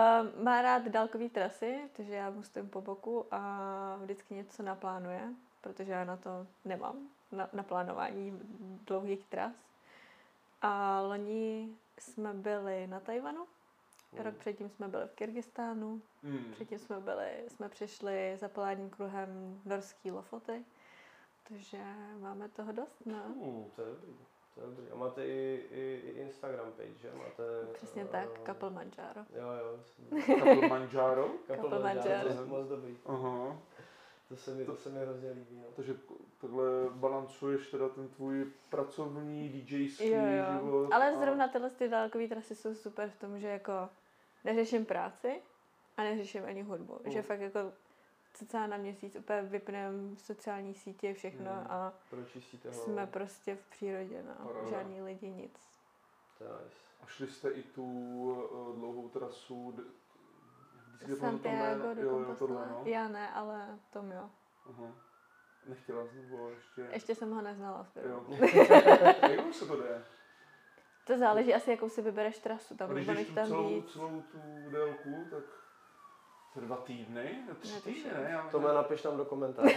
má rád dálkové trasy, takže já mu stojím po boku a vždycky něco naplánuje, protože já na to nemám, na plánování dlouhých tras. A loni jsme byli na Tajvanu, rok předtím jsme byli v Kyrgyzstánu, předtím jsme přišli za polárním kruhem norský Lofoty, takže máme toho dost, no. To je dobrý. To je dobrý. A máte i Instagram page, že? Máte, Přesně tak, Couple Manjaro. Jo. Couple Manjaro? Couple Manjaro. To je moc dobrý. Aha. To se mi hrozně líbí. No. Takže takhle balancuješ teda ten tvůj pracovní DJský život. Ale zrovna tyhle ty dálkové trasy jsou super v tom, že jako neřeším práci a neřeším ani hudbu. Že fakt jako cca na měsíc úplně vypneme sociální sítě, všechno a jsme prostě v přírodě, no. Žádný lidi, nic. To je nice. A šli jste i tu dlouhou trasu Santiago de Compostela? No? Já ne, ale Tom jo. Aha. Nechtěla jsi nebo ještě? Ještě jsem ho neznala. Jak se to jde? To záleží asi, jakou si vybereš trasu. Tam když jdeš tam celou tu délku, tak 2 týdny, 3 týdny, ne? To mě napiš tam do komentářů.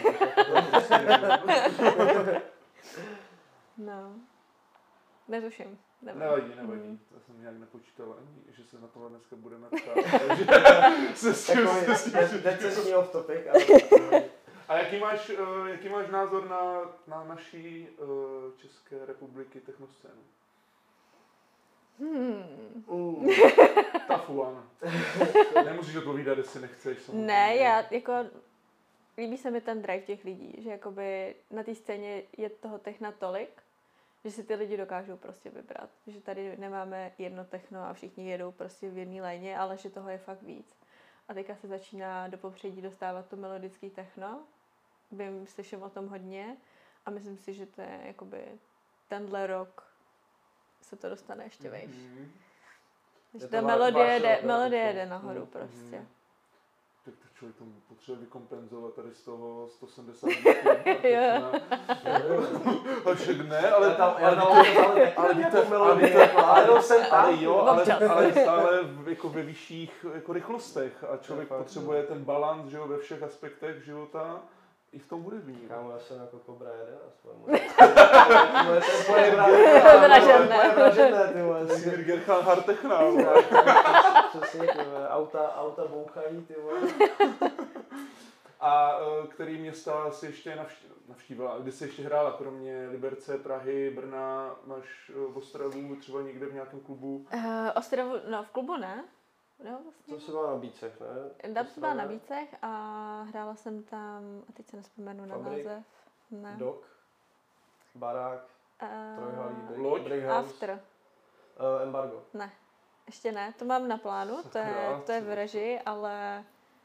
No. Netuším. Nevadí. To jsem nějak nepočítal ani, že se na tohle dneska budeme ptát. Takže se decentní off topic. A jaký máš názor na naší České republiky technoscénu? Tough one. Nemusíš odpovídat, jestli nechceš. Samozřejmě. Ne, já jako líbí se mi ten drive těch lidí, že jakoby na té scéně je toho techna tolik, že si ty lidi dokážou prostě vybrat. Že tady nemáme jedno techno a všichni jedou prostě v jedné léně, ale že toho je fakt víc. A teďka se začíná do popředí dostávat to melodický techno. Slyším o tom hodně a myslím si, že to je jakoby tenhle rok se to dostane ještě vejš. Takže ta melodie jde nahoru prostě. Tak to člověk tomu potřebuje vykompenzovat tady z toho 170 a však ne, ale stále jako ve vyšších jako rychlostech a člověk potřebuje ten balans, že jo, ve všech aspektech života. I v tom hudební. Kámo, já jsem jako Cobra 11. To je vražené, ty vole. Jsi Gerhard Techna. Přesně, ty vole. Auta bouchají, ty vole. A který města si ještě navštívila? Kdy jsi ještě hrála, kromě Liberce, Prahy, Brna, máš v Ostravu, třeba někde v nějakém klubu? Ostravu, no v klubu ne. No, vlastně. To se byla na Bícech, ne? Tam jsem byla na Bícech a hrála jsem tam, a teď se nespomenu na název. Ne. Dok, Barák, Trojhalí, Loď, After. Embargo. Ne, ještě ne, to mám na plánu, to je v režii, ale...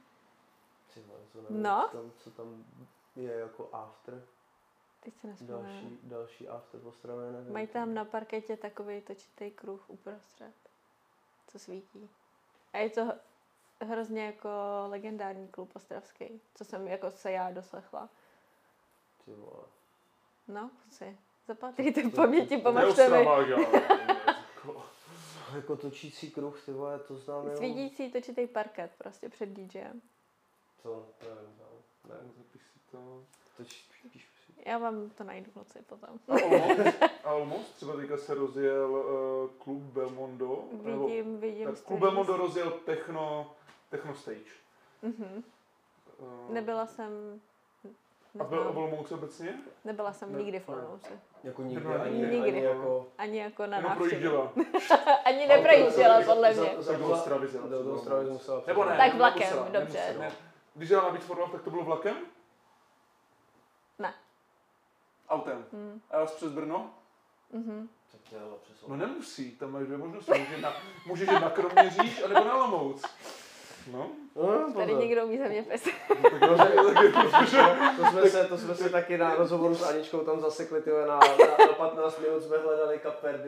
No. Co tam je jako After? Teď se nespomenu. Další After v Ostravě, nevím. Mají tam na parketě takový točitý kruh uprostřed, co svítí. A je to hrozně jako legendární klub ostravský, co jsem jako se já doslechla. Ty vole. No, si zapatrujte v paměti, pamažte mi. Jako točící kruh, ty vole, to znám jenom. Svítící točitý parket prostě před DJem. To nevím, ne. Zapiš si to. Já vám to najdu v noci potom. A Olmos? Třeba teďka se rozjel klub Belmondo. Vidím. Klub Belmondo rozjel techno stage. Nebyla jsem... A byl v Olomouci obecně? Nebyla jsem nikdy v Olomouci. Jako nikdy, ani jako na návštěvu. Ani neprojížděla, podle mě. Do Ostravy musela. Nebo ne? Tak vlakem, dobře. Když jela na Beach for Love, tak to bylo vlakem? Ne. Autem. A jel jsi přes Brno? No nemusí, tam máš 2 možnosti. Můžeš jít na Kroměříž, anebo na Olomouc. No. Tady někdo umí zeměpis. To jsme se taky na rozhovoru s Aničkou tam zasekli, tyhle, na 15 minut jsme hledali Kapverdy,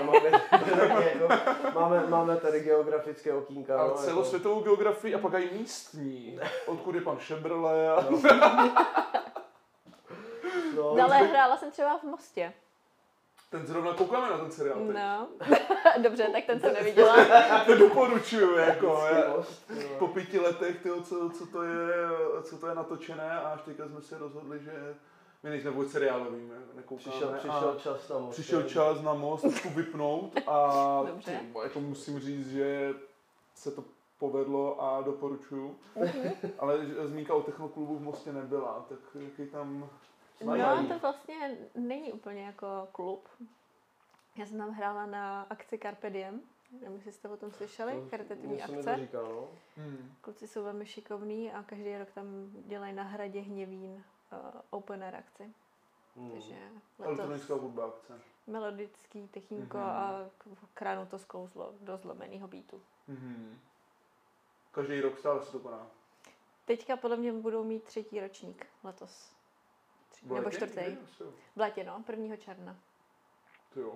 máme tady geografické okýnka. A celosvětovou geografii a pak i místní, odkud je pan Šebrle. No ale hrála jsem třeba v Mostě. Ten zrovna koukáme na ten seriál teď. No, dobře, tak ten jsem neviděla. To doporučuju, jako. Most, Po 5 letech, tyjo, co to je natočené a až teďka jsme si rozhodli, že my nejsme vůbec seriálový, nekoukáme. Přišel čas na most. Přišel čas na most, trošku vypnout a Dobře. jako musím říct, že se to povedlo a doporučuju. Ale zmínka o technoklubu v Mostě nebyla, tak jaký tam... No, to vlastně není úplně jako klub. Já jsem tam hrála na akci Carpe Diem. Nevím, jestli jste o tom slyšeli, charitativní akce. Říkal, no. Kluci jsou velmi šikovní a každý rok tam dělají na Hradě Hněvín open air akci. Takže Elektronická hudba akce. Melodický techniko a kránu to sklouzlo do zlomeného beatu. Každý rok stále se to koná. Teďka podle mě budou mít 3. ročník letos. Nebo 4. V létě, no, 1. června. To jo.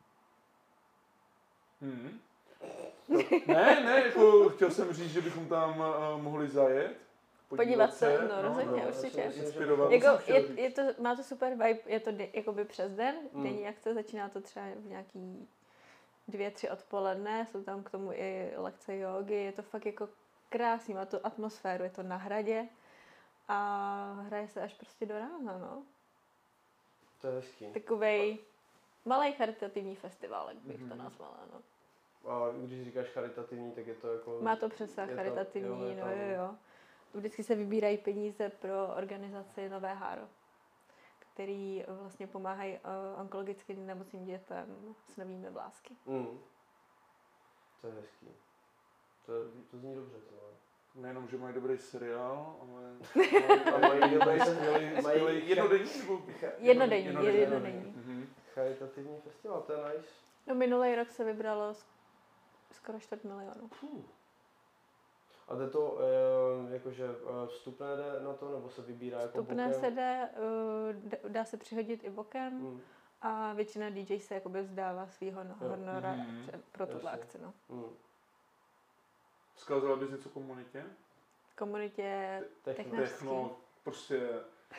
Ne, jako chtěl jsem říct, že bychom tam mohli zajet. Podívat se, no rozhodně, určitě. Jako, má to super vibe, je to jakoby přes den, denní akce, začíná to třeba v nějaký 2-3 odpoledne, jsou tam k tomu i lekce jógy, je to fakt jako krásný, má to atmosféru, je to na hradě a hraje se až prostě do rána, no. To je hezký. Takovej malej charitativní festival, jak bych to nazvala, no. A když říkáš charitativní, tak je to jako... Má to přesah charitativní, jo. Jo. Vždycky se vybírají peníze pro organizaci Nové Háro, který vlastně pomáhají onkologickým nemocným dětem s novými vlásky. To je hezký. To zní dobře, to. Nejenom, že mají dobrý seriál, ale mají jednodenní. Charitativní festival, to je nice. No minulý rok se vybralo skoro 4 milionů. A jde to, jakože vstupné jde na to, nebo se vybírá jako vstupné bokem? se jde, dá se přihodit i bokem a většina DJ se jakoby vzdává svýho honora pro tuto akci. No. Vzkázala bys něco komunitě? Komunitě Techno, prostě...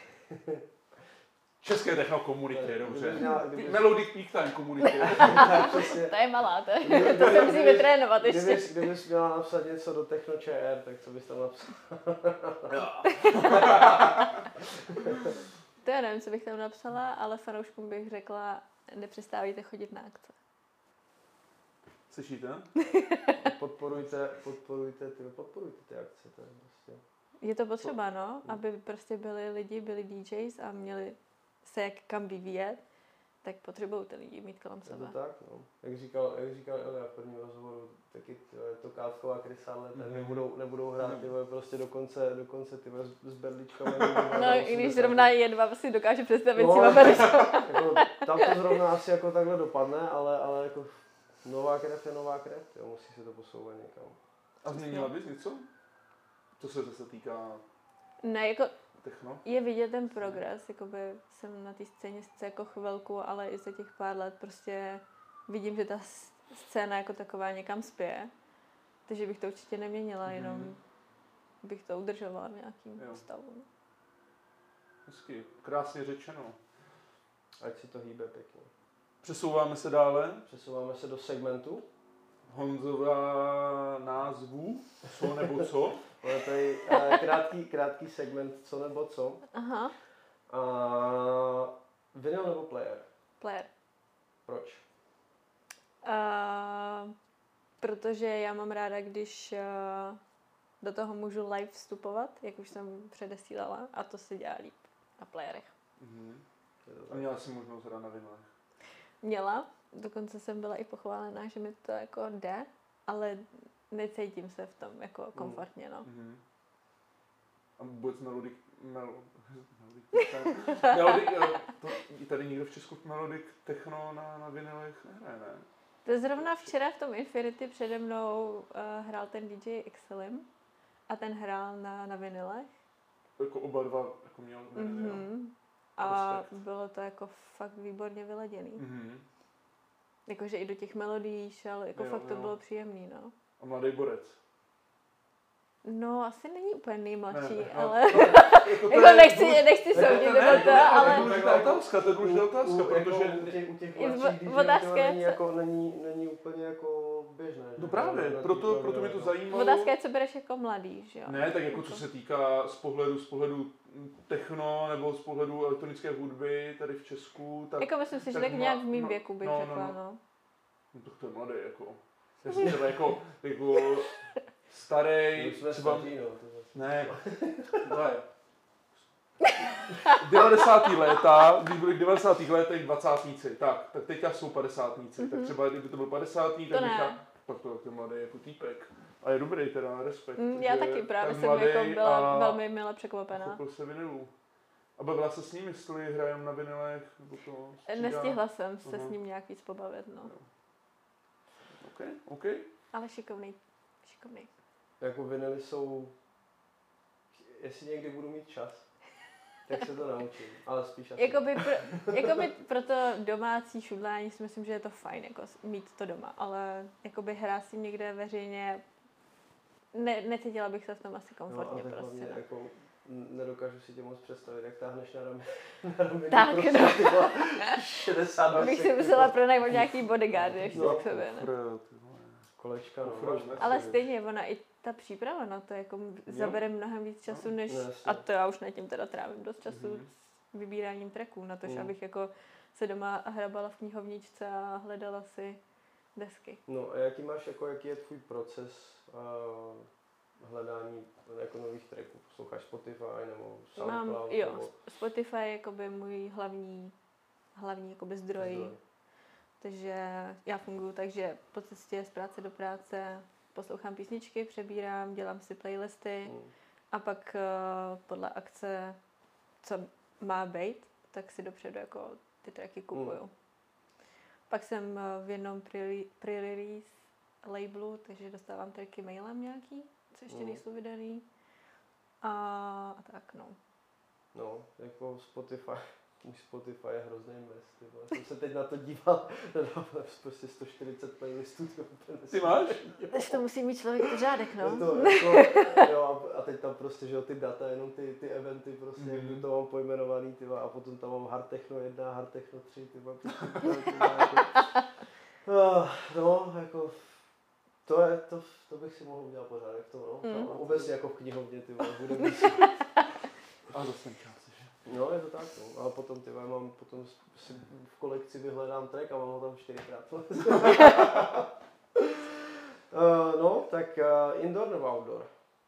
České techno komunitě, dobře. Melodic Peak Time komunitě. To je malá, to se musí vytrénovat ještě. Kdybys měla napsat něco do Techno ČR, tak co bys tam napsal? To já nevím, co bych tam napsala, ale fanouškům bych řekla, nepřestávejte chodit na akce. Slyšíte? Podporujte ty akce, to je prostě... Je to potřeba, no, aby prostě byli lidi, byli DJs a měli se jak kam vyvíjet, tak potřebují ty lidi mít kolem sebe. Je to tak, no. Jak říkal Ilja v prvním rozhovoru, taky to Kátková Krysále, tak nebudou hrát prostě do konce s berličkami. No, i když zrovna Jedva si dokáže představit s těma berličkama. Jako, tam to zrovna asi jako takhle dopadne, ale jako nová krev je nová krev, jo, musí se to posouvat někam. A změnila bys něco? To se zase týká... Ne, jako techno? je vidět ten progres, jakoby jsem na té scéně sice jako chvilku, ale i za těch pár let prostě vidím, že ta scéna jako taková někam spěje. Takže bych to určitě neměnila, jenom bych to udržovala v nějakým stavu. Hezky, krásně řečeno. Ať si to hýbe pěkně. Přesouváme se dále. Přesouváme se do segmentu. Honzova názvu, co nebo co. Ale to je krátký segment, co nebo co. Aha. Vinyl nebo player? Player. Proč? Protože já mám ráda, když do toho můžu live vstupovat, jak už jsem předesílala, a to se dělá líp na playerech. A měla jsi možnost hrát na vinylech? Měla, dokonce jsem byla i pochválená, že mi to jako jde, ale necítím se v tom jako komfortně, no. A vůbec Melodic tady někdo v Česku Melodic techno na vinylech nehraje, ne? To zrovna včera v tom Infinity přede mnou hrál ten DJ Excelim a ten hrál na vinylech. Jako oba dva jako měl vinily, A bylo to jako fakt výborně vyladěný. Jakože i do těch melodií šel, jako fakt to bylo příjemný, no. A Mladý borec? No, asi není úplně nejmladší, Ne, ale Jako jako nechci soudit nebo to, ale to je důležitá otázka, protože... U těch Je mladších DJů otázka to je, není, co- jako, není úplně jako běžné. že? No právě, Na proto těch mě to novinách, zajímalo. otázka je, co bereš jako mladý, že jo? Ne, tak jako co se týká z pohledu techno nebo z pohledu elektronické hudby tady v Česku, tak... Jako myslím si, že tak tak nějak v mým no, věku bych no, řekla, no. no. No tak to je mladý, jako. Já jsem třeba jako starý, My jsme třeba... staří, no, to zase. Ne, tohle. 90. léta, když byli v 90. letech 20. tak teďka jsou 50. Tak třeba kdyby to byl 50. tak To ne. pak to je mladý jako týpek. A je dobrý teda, respekt. Já že taky právě tak jsem mladý jako byla a velmi mile překvapená. chopil se vinilů. A bavila se s ním, jestli hrajem na vinilech, nebo to střídá? Nestihla jsem se Aha. s ním nějak víc pobavit, no. OK. Ale šikovný. Jako vinily jsou, jestli někdy budu mít čas, tak se to naučím, ale spíš asi. Jakoby pro to domácí šudlání si myslím, že je to fajn, jako mít to doma, ale jakoby hrát si někde veřejně, necítila bych se v tom asi komfortně no, a tak prostě. hlavně No. jako nedokážu si tě moc představit, jak táhneš na rameni Tak, prostě no. ty vole, 60 Bych si musela pronajmout nějaký bodyguardy ještě No, k sobě, ne? kolečka, no. Ale stejně, ona i ta příprava na to jako zabere mnohem víc času, než, no, jasně. a to já už na tím teda trávím dost času s vybíráním tracků, na to, že abych jako se doma hrabala v knihovničce a hledala si desky. No a jaký je tvůj proces hledání jako nových tracků? Posloucháš Spotify nebo SoundCloud? Nebo... Spotify je jakoby můj hlavní jakoby zdroj. Takže já funguji tak, že po cestě z práce do práce poslouchám písničky, přebírám, dělám si playlisty a pak podle akce, co má být, tak si dopředu jako ty tracky kupuju. Pak jsem v jednom pre-release labelu, takže dostávám tracky mailem nějaký, co ještě nejsou vydaný. A tak, no. No, jako Spotify. Můj Spotify je hrozný mes, ty vole. Jsem se teď na to díval, prostě 140 playlistů. Ty máš? Takže to musí mít člověk pořádek, no. To, jo, a teď tam prostě, že jo, ty data, jenom ty eventy prostě, jak to mám pojmenovaný, ty vole, a potom tam mám Hard Techno 1, Hard Techno 3, ty vole. No, jako, to bych si mohl udělat pořádek v tom, no. Obecně jako v knihovně, ty vole, bude víc. A zase čas. No, je to tak, no. A potom, potom si v kolekci vyhledám track a mám ho tam 4krát. No, tak indoor nebo outdoor?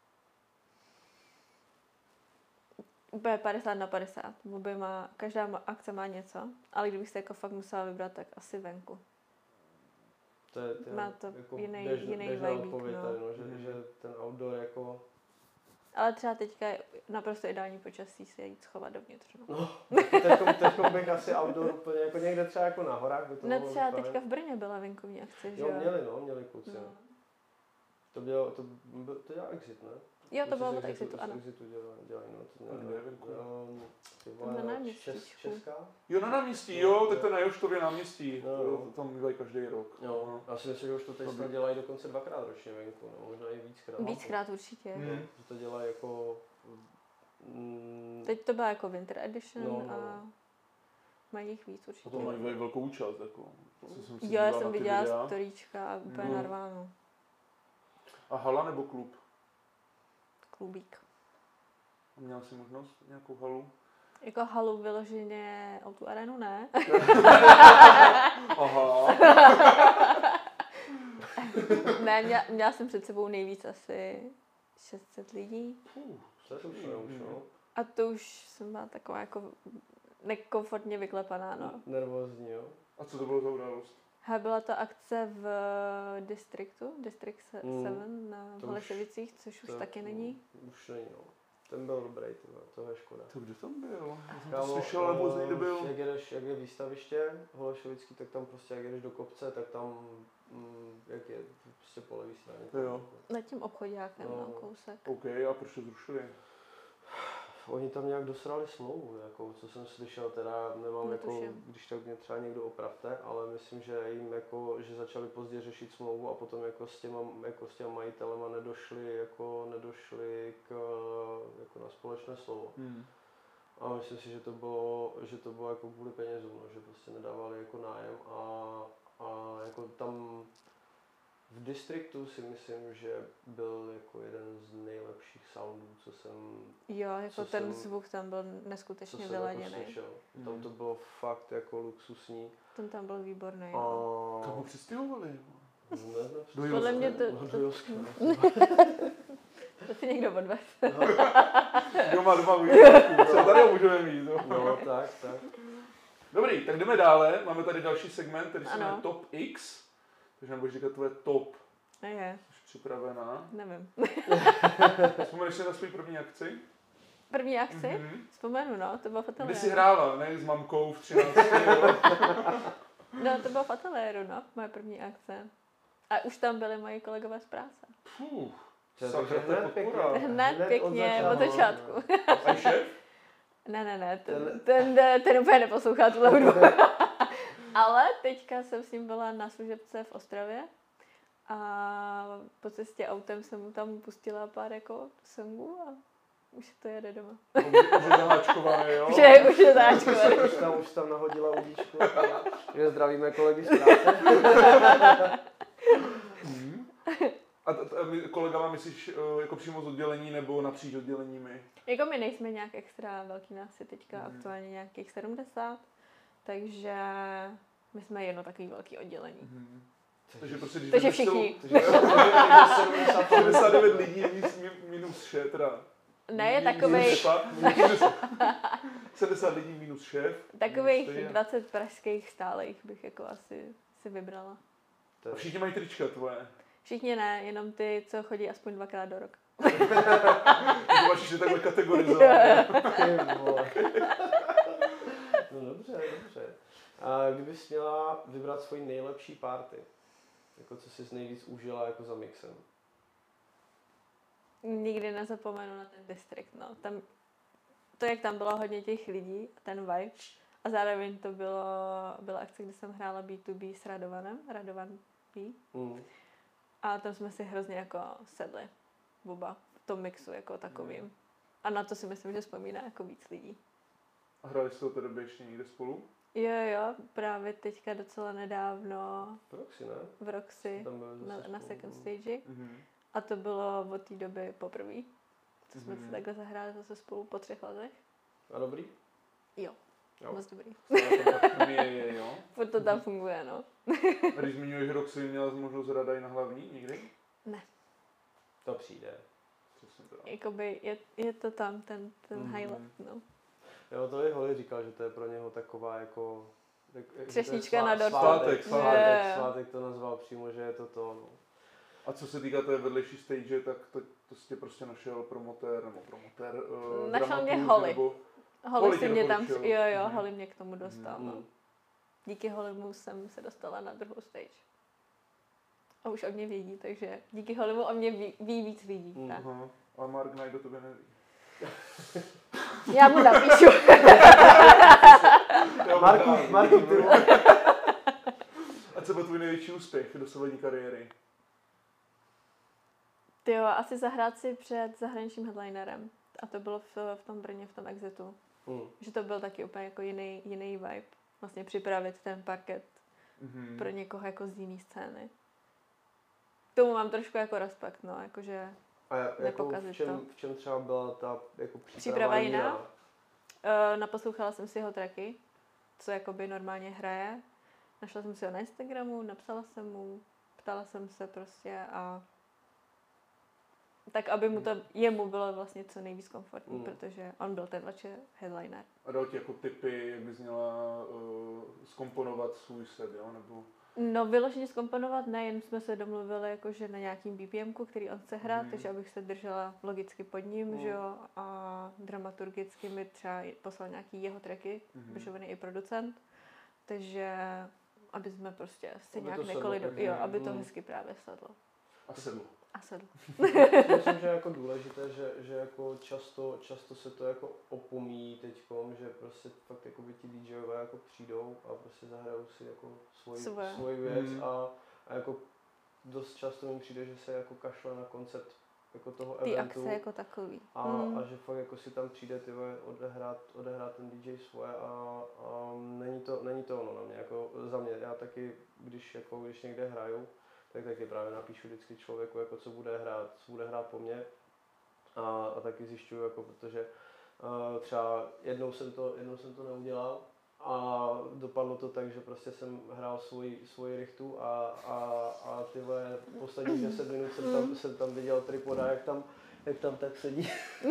Úplně 50/50. Každá akce má něco, ale kdybych se jako fakt musela vybrat, tak asi venku. To je má to jako jiný běžná vibe, odpověď no. tady, no, že ten outdoor jako... Ale třeba teďka je naprosto ideální počasí se jít schovat dovnitř. No. Teďko bych asi outdoor úplně, jako někde třeba jako na horách by to No mohlo třeba vypadat. teďka v Brně byla venkovní akce, že Jo, měli kluci. No. To dělá Exit, ne? Jo, to bylo z od Exitu, ano. Exitu dělají, no. To kde je venku? Na náměstí. Česká? Jo, na náměstí, jo, tak to na Joštově náměstí. No. To tam bývají každý rok. Jo, já si myslím, že už to teď snad dělají dokonce 2krát ročně venku, no, možná i víckrát. Víckrát určitě. Že to dělají jako... Teď to byla jako Winter Edition No. a mají jich víc určitě. A to mají velkou účast, jako. Jo, já jsem viděla storíčka a úplně narváno. A hala nebo klub? Klubík. A měla jsi možnost nějakou halu? Jako halu vyloženě o tu arenu, ne? Aha. Ne, měla jsem před sebou nejvíc asi 600 lidí. To je slušné už, no. A to už jsem byla taková jako nekomfortně vyklepaná, no. Nervózní, jo. A co to bylo za událost? Byla to akce v District 7 na Holešovicích, což už taky není. Už není, no. Ten byl dobrý, to je škoda. To kdo tam byl? Já jsem to slyšel, ale moc nebyl. Jak je výstaviště Holešovický, tak tam prostě, jak jdeš do kopce, tak tam, jak je, prostě po levý straně. Jo. Nad tím obchodákem, no, kousek. OK, a proč to zrušili? Oni tam nějak dosrali smlouvu, jako, co jsem slyšel, teda nemám jako, Netuším. když tak mě třeba někdo opravte, ale myslím, že jim jako, že začali pozdě řešit smlouvu a potom jako s těma majitelema nedošli jako na společné slovo. A myslím si, že to bylo jako kvůli penězům, no, že prostě nedávali jako nájem a jako tam v Districtu si myslím, že byl jako jeden z nejlepších soundů, co jsem Jo, jako co ten jsem- zvuk tam byl co neskutečně jsem jako vyladěný. slyšel. Tam to bylo fakt jako luxusní. Ten tam byl výborný. A... No. Kam ho přistěhovali? Ne, Podle mě to- do Joska. To si někdo odvez. Kdo má doma výborku, co tady ho můžeme mít. No, tak. Dobrý, tak jdeme dále. Máme tady další segment, který se jmenuje Ano. Top X. Takže nebudeš říkat tvoje top. Je, Jsi připravená. nevím. Vzpomeneš si na svou první akci? První akci? Mhm. Vzpomenu, no, to bylo v Kdy ateliéru. jsi hrála, ne? S mamkou v 13. jo? No, to bylo v ateliéru, no, moje první akce. A už tam byli moji kolegové z práce. Fuh, Takže sakra, to je hned pěkně. podpora. Hned od pěkně, od začátku. A šéf? Ne, ten úplně neposlouchá tuhle hudbu. Ale teďka jsem s ním byla na služebce v Ostravě a po cestě autem jsem mu tam pustila pár jako songů a už to jede doma. Už je zaháčkovaný, jo? Už je záčkovaný. Už tam nahodila udíčku. Že zdravíme kolegy z práce. A kolegama myslíš jako přímo z oddělení nebo napříč odděleními? Jako my nejsme nějak extra velký, nás je teďka aktuálně nějakých 70, takže my jsme jedno takový velký oddělení. Takže prostě, když Takže vezmeš všichni. celou- 69 lidí minus šéf, teda. Ne, je minus takovej, šéfa, minus 70 lidí minus šéf. takových minus 20 pražských stálejch bych jako asi si vybrala. A všichni mají trička tvoje. Všichni ne, jenom ty, co chodí aspoň 2krát do roka. To máš ještě takhle kategorizovat. No dobře. A kdybys měla vybrat svoji nejlepší party, jako co jsi nejvíc užila jako za mixem? Nikdy nezapomenu na ten distrikt, no. Tam, to, jak tam bylo hodně těch lidí, ten vibe. A zároveň to byla akce, kdy jsem hrála B2B s Radovanem, Radovan B. A tam jsme si hrozně jako sedli, buba, v tom mixu jako takovým. A na to si myslím, že vzpomíná jako víc lidí. A hráli jste od té doby ještě někde spolu? Jo, právě teďka docela nedávno V Roxy, ne? v Roxy Tam byli zase na spolu, second no. stage. A to bylo od té doby poprvé, co jsme si takhle zahráli zase spolu po 3 letech. A dobrý? Jo, Jo. moc dobrý. Je, jo. Furt to tam funguje, no. A když zmiňuješ Roxy, měla jsi možnost hrát i na hlavní někdy? To přijde. Přesně tak. Jakoby je to tam ten highlight, no. Jo, to i Holly říkal, že to je pro něho taková jako... Třešnička na dortu. Svátek to nazval přímo, že je to to, no. A co se týká té vedlejší stage, tak to jsi tě prostě našel promotér, Našel mě dramaturg, Holly. nebo... Holly si tě mě tam, doporučil. jo, Holly mě k tomu dostal, no. Mm. Díky Hollymu jsem se dostala na druhou stage. A už o mě vědí, takže díky Hollymu o mě ví víc lidí. Tak. Aha. A Mark Knight do tebe neví. Já mu napíšu. Marku, ty vole. A co byl tvůj největší úspěch dosavadní kariéry? Tyjo, asi zahrát si před zahraničním headlinerem. A to bylo v tom Brně, v tom Exitu. Že to byl taky úplně jako jiný vibe. Vlastně připravit ten parket pro někoho jako z jiný scény. K tomu mám trošku jako respekt, no, jakože A jako nepokazit to. v čem třeba byla ta jako Příprava jiná? Naposlouchala jsem si jeho tracky, co jakoby normálně hraje. Našla jsem si ho na Instagramu, napsala jsem mu, ptala jsem se prostě a tak, aby jemu bylo vlastně co nejvíc komfortní, protože on byl ten headliner. A dal ti jako tipy, jak bys měla zkomponovat svůj set, jo? Nebo... No vyloženě zkomponovat ne, jen jsme se domluvili jakože na nějakým BPMku, který on chce hrát, takže abych se držela logicky pod ním, že jo, a dramaturgicky mi třeba poslal nějaký jeho tracky, protože on je i producent, takže aby jsme prostě si Aby nějak to sedlo, nekoli, takže- jo, aby to hezky právě sedlo. A sedlo. A sedl. Myslím, že je jako důležité, že jako často se to jako opomíjí teďkom, že prostě fakt jako by ti DJové jako přijdou a prostě zahrajou si jako svoji věc a jako dost často mi přijde, že se jako kašle na koncept jako toho ty eventu. akce jako takový. A že fakt jako si tam přijde odehrát ten DJ svoje a není to ono na mě, jako za mě, já taky, když někde hraju, tak taky právě napíšu vždycky člověku, jako co bude hrát po mně a taky zjišťuju, jako protože třeba jednou jsem to neudělal a dopadlo to tak, že prostě jsem hrál svoji richtu a ty vole, posledních 10 minut jsem tam viděl tripoda, jak tam tak sedí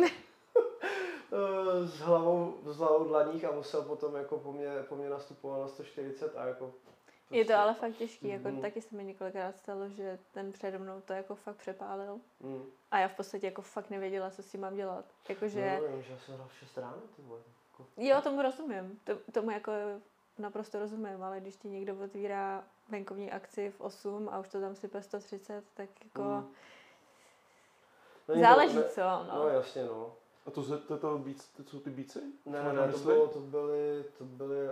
s hlavou dlaních a musel potom jako po mě nastupovat na 140 a jako prostě, je to ale fakt těžký, jako taky se mi několikrát stalo, že ten přede mnou to jako fakt přepálil a já v podstatě jako fakt nevěděla, co s tím mám dělat. Jakože... No, že já jsem hrál v 6 ráno, ty vole. Jo, tomu rozumím, tomu jako naprosto rozumím, ale když ti někdo otvírá venkovní akci v 8 a už to tam sype 130, tak jako záleží co, no. No jasně, no. A to jsou ty beatsy? Ne, to byly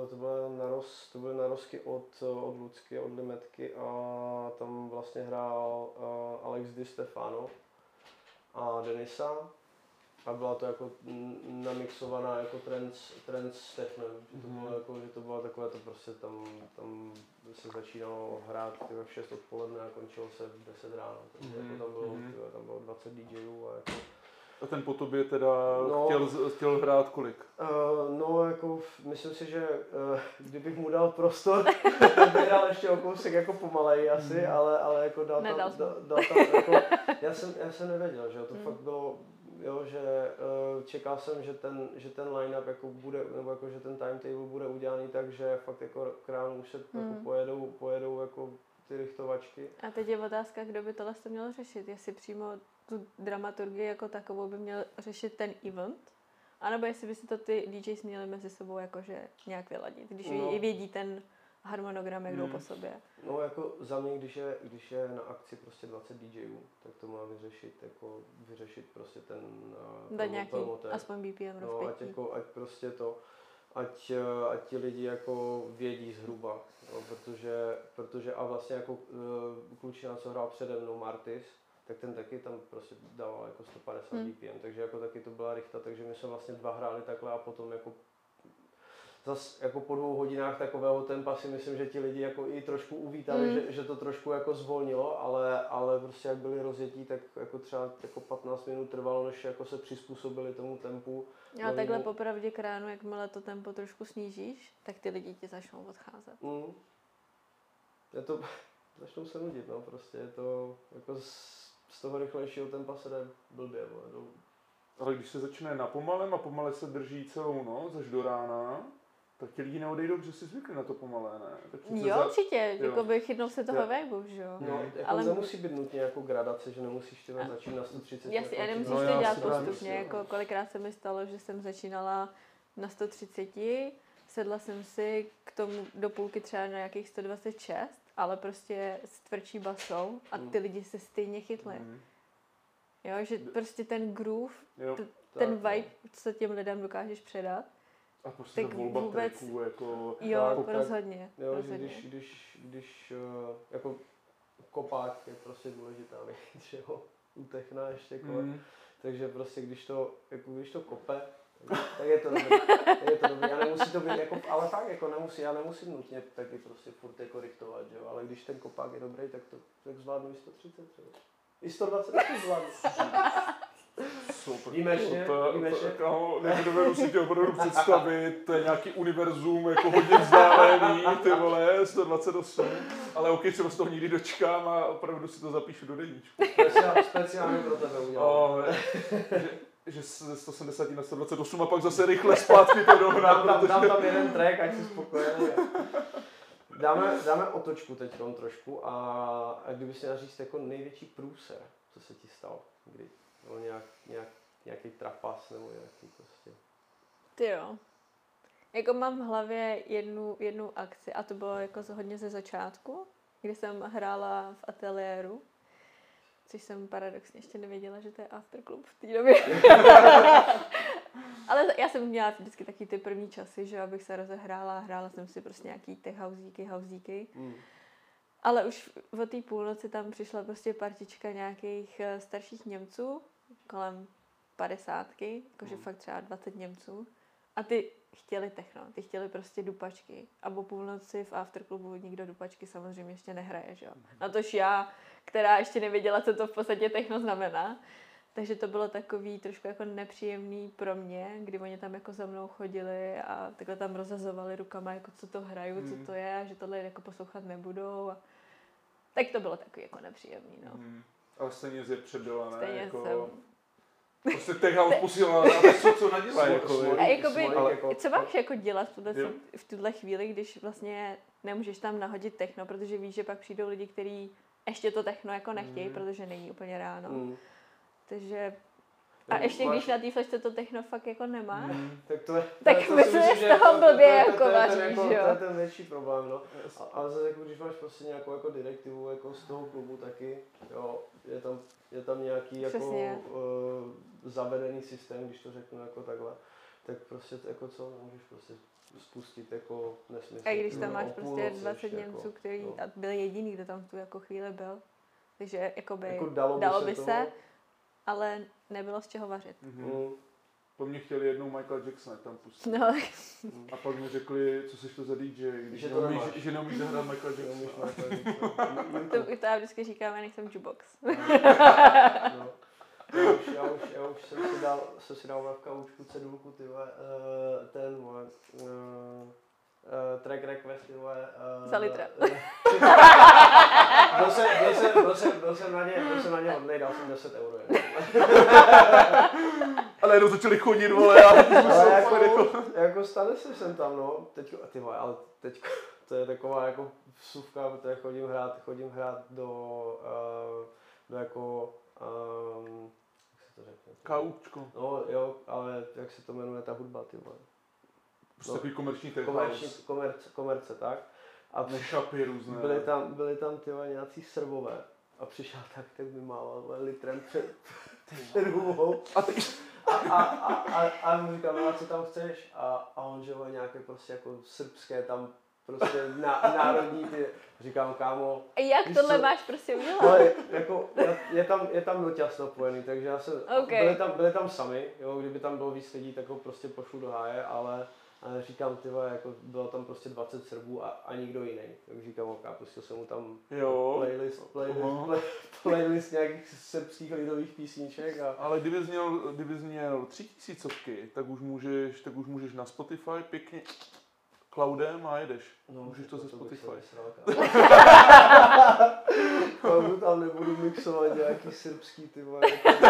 narozky od Lucky, od Limetky a tam vlastně hrál Alex Di Stefano a Denisa a byla to jako namixovaná jako trance techno, že to bylo takové to prostě tam se začínalo hrát v 6 odpoledne a končilo se v 10 ráno, takže jako tam bylo 20 DJů a jako. A ten po tobě teda chtěl hrát kolik? No jako myslím si, že kdybych mu dal prostor, tak bych hrál ještě o kousek jako pomalej asi, ale jako dal tam jako, já jsem nevěděl, že to fakt bylo, jo, že čekal jsem, že ten line-up jako bude, nebo jako, že ten timetable bude udělaný tak, že fakt jako k ránu už se jako pojedou jako ty richtovačky. A teď je otázka, kdo by tohle měl řešit, jestli přímo tu dramaturgii jako takovou by měl řešit ten event, anebo jestli by si to ty DJs měli mezi sebou jakože nějak vyladit, když i vědí ten harmonogram, jak jdou po sobě. No jako za mě, když je na akci prostě 20 DJů, tak to má vyřešit prostě ten dát nějaký aspoň BPM rozpětí. No, ať prostě to, ať ti lidi jako vědí zhruba, no, protože a vlastně jako klučina, co hrál přede mnou, Martis, tak ten taky tam prostě dával jako 150 BPM, takže jako taky to byla richta, takže my jsme vlastně 2 hráli takhle a potom jako zas jako po 2 hodinách takového tempa si myslím, že ti lidi jako i trošku uvítali, že to trošku jako zvolnilo, ale prostě jak byli rozjetí, tak jako třeba jako 15 minut trvalo, než jako se přizpůsobili tomu tempu. A takhle popravdě k ránu, jakmile to tempo trošku snížíš, tak ty lidi ti začnou odcházet. Je to, začnou se nudit, no prostě je to jako z toho rychlejšího tempa se jde blbě, Ale když se začne na pomalem a pomale se drží celou noc až do rána, tak ti lidi neodejdou, že si zvykli na to pomalé, ne? Jo, určitě, jakoby chytnou se toho vibe, že jo. No, jako ale nemusí být nutně jako gradace, že nemusíš ty začít na 130. Jasně, a nemusíš to dělat postupně, jako kolikrát se mi stalo, že jsem začínala na 130, sedla jsem si k tomu do půlky třeba na nějakých 126, ale prostě s tvrdší basou a ty lidi se stejně chytli. Jo, že prostě ten groove, ten vibe, co těm lidem dokážeš předat. A prostě tak volba vůbec triků, jako... Jo, rozhodně. Jo, rozhodně. Když jako kopák je prostě důležitá věc, že jo, u techna ještě takže prostě když to kope, tak je to dobrý. Já nemusí to být jako, ale fakt jako já nemusím nutně taky prostě furt jako richtovat, že jo, ale když ten kopák je dobrý, tak zvládnu i 130 třeba. I 120 taky zvládnu. Super. Výjimečně. Nedovedu si tě opravdu představit, to je nějaký univerzum jako hodně vzdálený, ty vole, 128, ale ok, třeba z toho nikdy dočkám a opravdu si to zapíšu do deníčku. Speciálně pro tebe udělám. Že ze 170 na 128 a pak zase rychle zpátky to dohnám. Dám tam jeden track, ať si spokojený. Dáme otočku teď trošku a kdyby si naříct jako největší průser, co se ti stalo, kdy? Nebo nějaký trapas nebo nějaký prostě. Ty jo. Jako mám v hlavě jednu akci a to bylo jako hodně ze začátku, kdy jsem hrála v ateliéru, Což jsem paradoxně ještě nevěděla, že to je afterclub v té době. Ale já jsem měla vždycky taky ty první časy, že abych se rozehrála, hrála jsem si prostě nějaký ty housíky. Ale už o té půlnoci tam přišla prostě partička nějakých starších Němců, kolem 50, jakože fakt třeba 20 Němců. A ty chtěli techno, ty chtěli prostě dupačky. A po půlnoci v afterclubu nikdo dupačky samozřejmě ještě nehraje, že jo. Natož já, která ještě nevěděla, co to v podstatě techno znamená. Takže to bylo takový trošku jako nepříjemný pro mě, kdy oni tam jako za mnou chodili a takhle tam rozhazovali rukama, jako co to hraju, co to je, a že tohle jako poslouchat nebudou. A... Tak to bylo takový jako nepříjemný, no. Ale stejně je předala, ne? Stejně jako... jsem. Prostě tech house posílala na to, co nadělají. A jakoby, co máš jako dělat v tuhle chvíli, když vlastně nemůžeš tam nahodit techno, protože víš, že pak přijdou lidi, kteří ještě to techno jako nechtějí, protože není úplně ráno. Takže... A ještě když na té flešce to techno fakt jako nemá, tak myslím, že z toho blbě jako vaříš, jo. To je ten větší problém, no. Ale zase jako, když máš prostě nějakou jako direktivu jako z toho klubu taky, jo, je tam nějaký jako zavedený systém, když to řeknu jako takhle, tak prostě jako co, můžeš prostě spustit jako nesmysl. A když tam máš prostě 20 Němců, který byl jediný, kdo tam v tu jako chvíli byl, takže jakoby jako dalo by se, ale nebylo z čeho vařit. Po mně chtěli jednou Michaela Jacksona tam pustit. No. A pak mi řekli, co jsi to za DJ, že neumíš zahrát Michaela Jacksona. To já vždycky říkám, já nejsem jukebox. Já už jsem si dal na kaučku cedulku, ty vole, ten moje, track request, ty vole. Za litra. Byl jsem na ně hodnej, dal jsem 10 €. Ale jenom začali chodit, vole, ale jako stane se jsem tam, no, teďko, ty vole, ale teďko, to je taková jako vsuvka, protože chodím hrát do jako, jak se to řekne? Kaučko. No jo, ale jak se to jmenuje ta hudba, ty vole. Prostě takový komerční tech komerce, tak. A šapy různé. Byli tam tyhle nějací Srbové a přišel tak mi mával litrem před hubou. A mu říkám, no, co tam chceš? A on, že nějaké prostě jako srbské tam prostě národní ty, říkám, kámo. Jak tohle máš prostě udělat? Ale jako, je tam noťas napojený, takže já jsem, byli tam sami, jo, kdyby tam bylo víc lidí, tak ho prostě pošlu do háje, ale říkám, ty vole, jako bylo tam prostě 20 Srbů a nikdo jiný. Tak říkám, ok, pustil jsem mu tam playlist nějakých srbských lidových písniček. Ale kdybys měl 3000, tak už můžeš na Spotify pěkně cloudem a jedeš. No, můžeš to ze Spotify. Tam nebudu mixovat nějaký srbský, ty vole.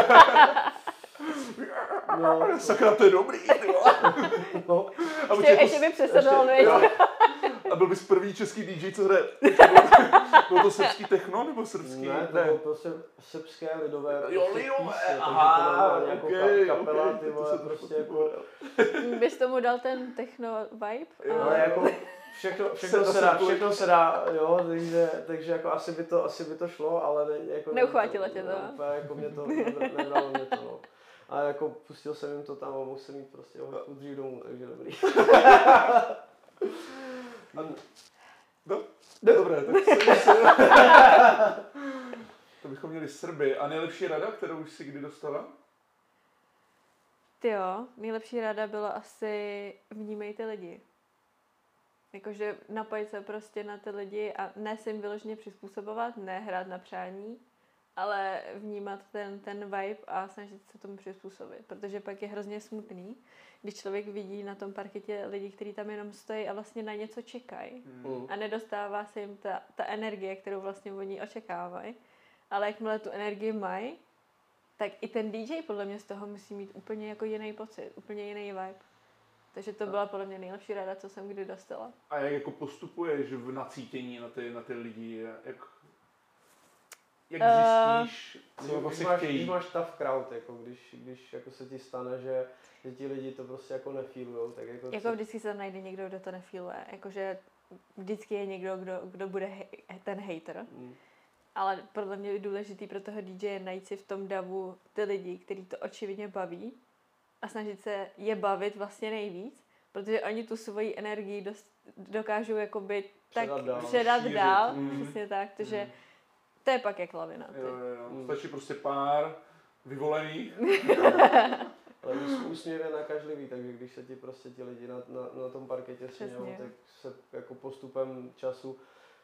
No. Sakra, to je dobrý, ty no. Ještě by přesadal, než. A byl bys první český DJ, co hraje. Bylo to srbský techno, nebo srbský? Ne, to bylo prostě srbské lidové. Jo, lidové, aha, okay, kapela, ty vole, prostě jako. Bys tomu dal ten techno vibe? Jo, jako všechno se dá, jo, takže jako asi by to šlo, ale jako. Neuchvátilo tě to. Jako mě to, nebralo mě to, no. A jako pustil jsem jim to tam a musím jít prostě hoďku dřív domů, takže dobrý. No, dobré, tak to bychom měli Srby. A nejlepší rada, kterou už si kdy dostala? Tyjo, nejlepší rada byla asi vnímejte lidi. Jakože napojit se prostě na ty lidi a ne se jim vyloženě přizpůsobovat, ne hrát na přání, ale vnímat ten vibe a snažit se tomu přizpůsobit, protože pak je hrozně smutný, když člověk vidí na tom parketě lidi, kteří tam jenom stojí a vlastně na něco čekají a nedostává se jim ta energie, kterou vlastně oni očekávají, ale jakmile tu energii mají, tak i ten DJ podle mě z toho musí mít úplně jako jiný pocit, úplně jiný vibe. Takže to byla podle mě nejlepší rada, co jsem kdy dostala. A jak jako postupuješ v nacítění na ty lidi? Jak zjistíš, co vlastně chtějí? Když máš tough crowd, jako když jako se ti stane, že ti lidi to prostě jako nefeelujou, tak jako vždycky se tam najde někdo, kdo to nefeeluje. Jakože vždycky je někdo, kdo bude ten hater. Ale podle mě je důležitý pro toho DJ najít si v tom davu ty lidi, který to očividně baví a snažit se je bavit vlastně nejvíc, protože oni tu svoji energii dokážou jakoby tak předat šířit. dál, přesně tak, takže to je pak jak lavina. Jo. Stačí prostě pár vyvolených. Ale úsměv je nakažlivý, takže když se ti prostě ti lidi na tom parketě smějou, tak se jako postupem času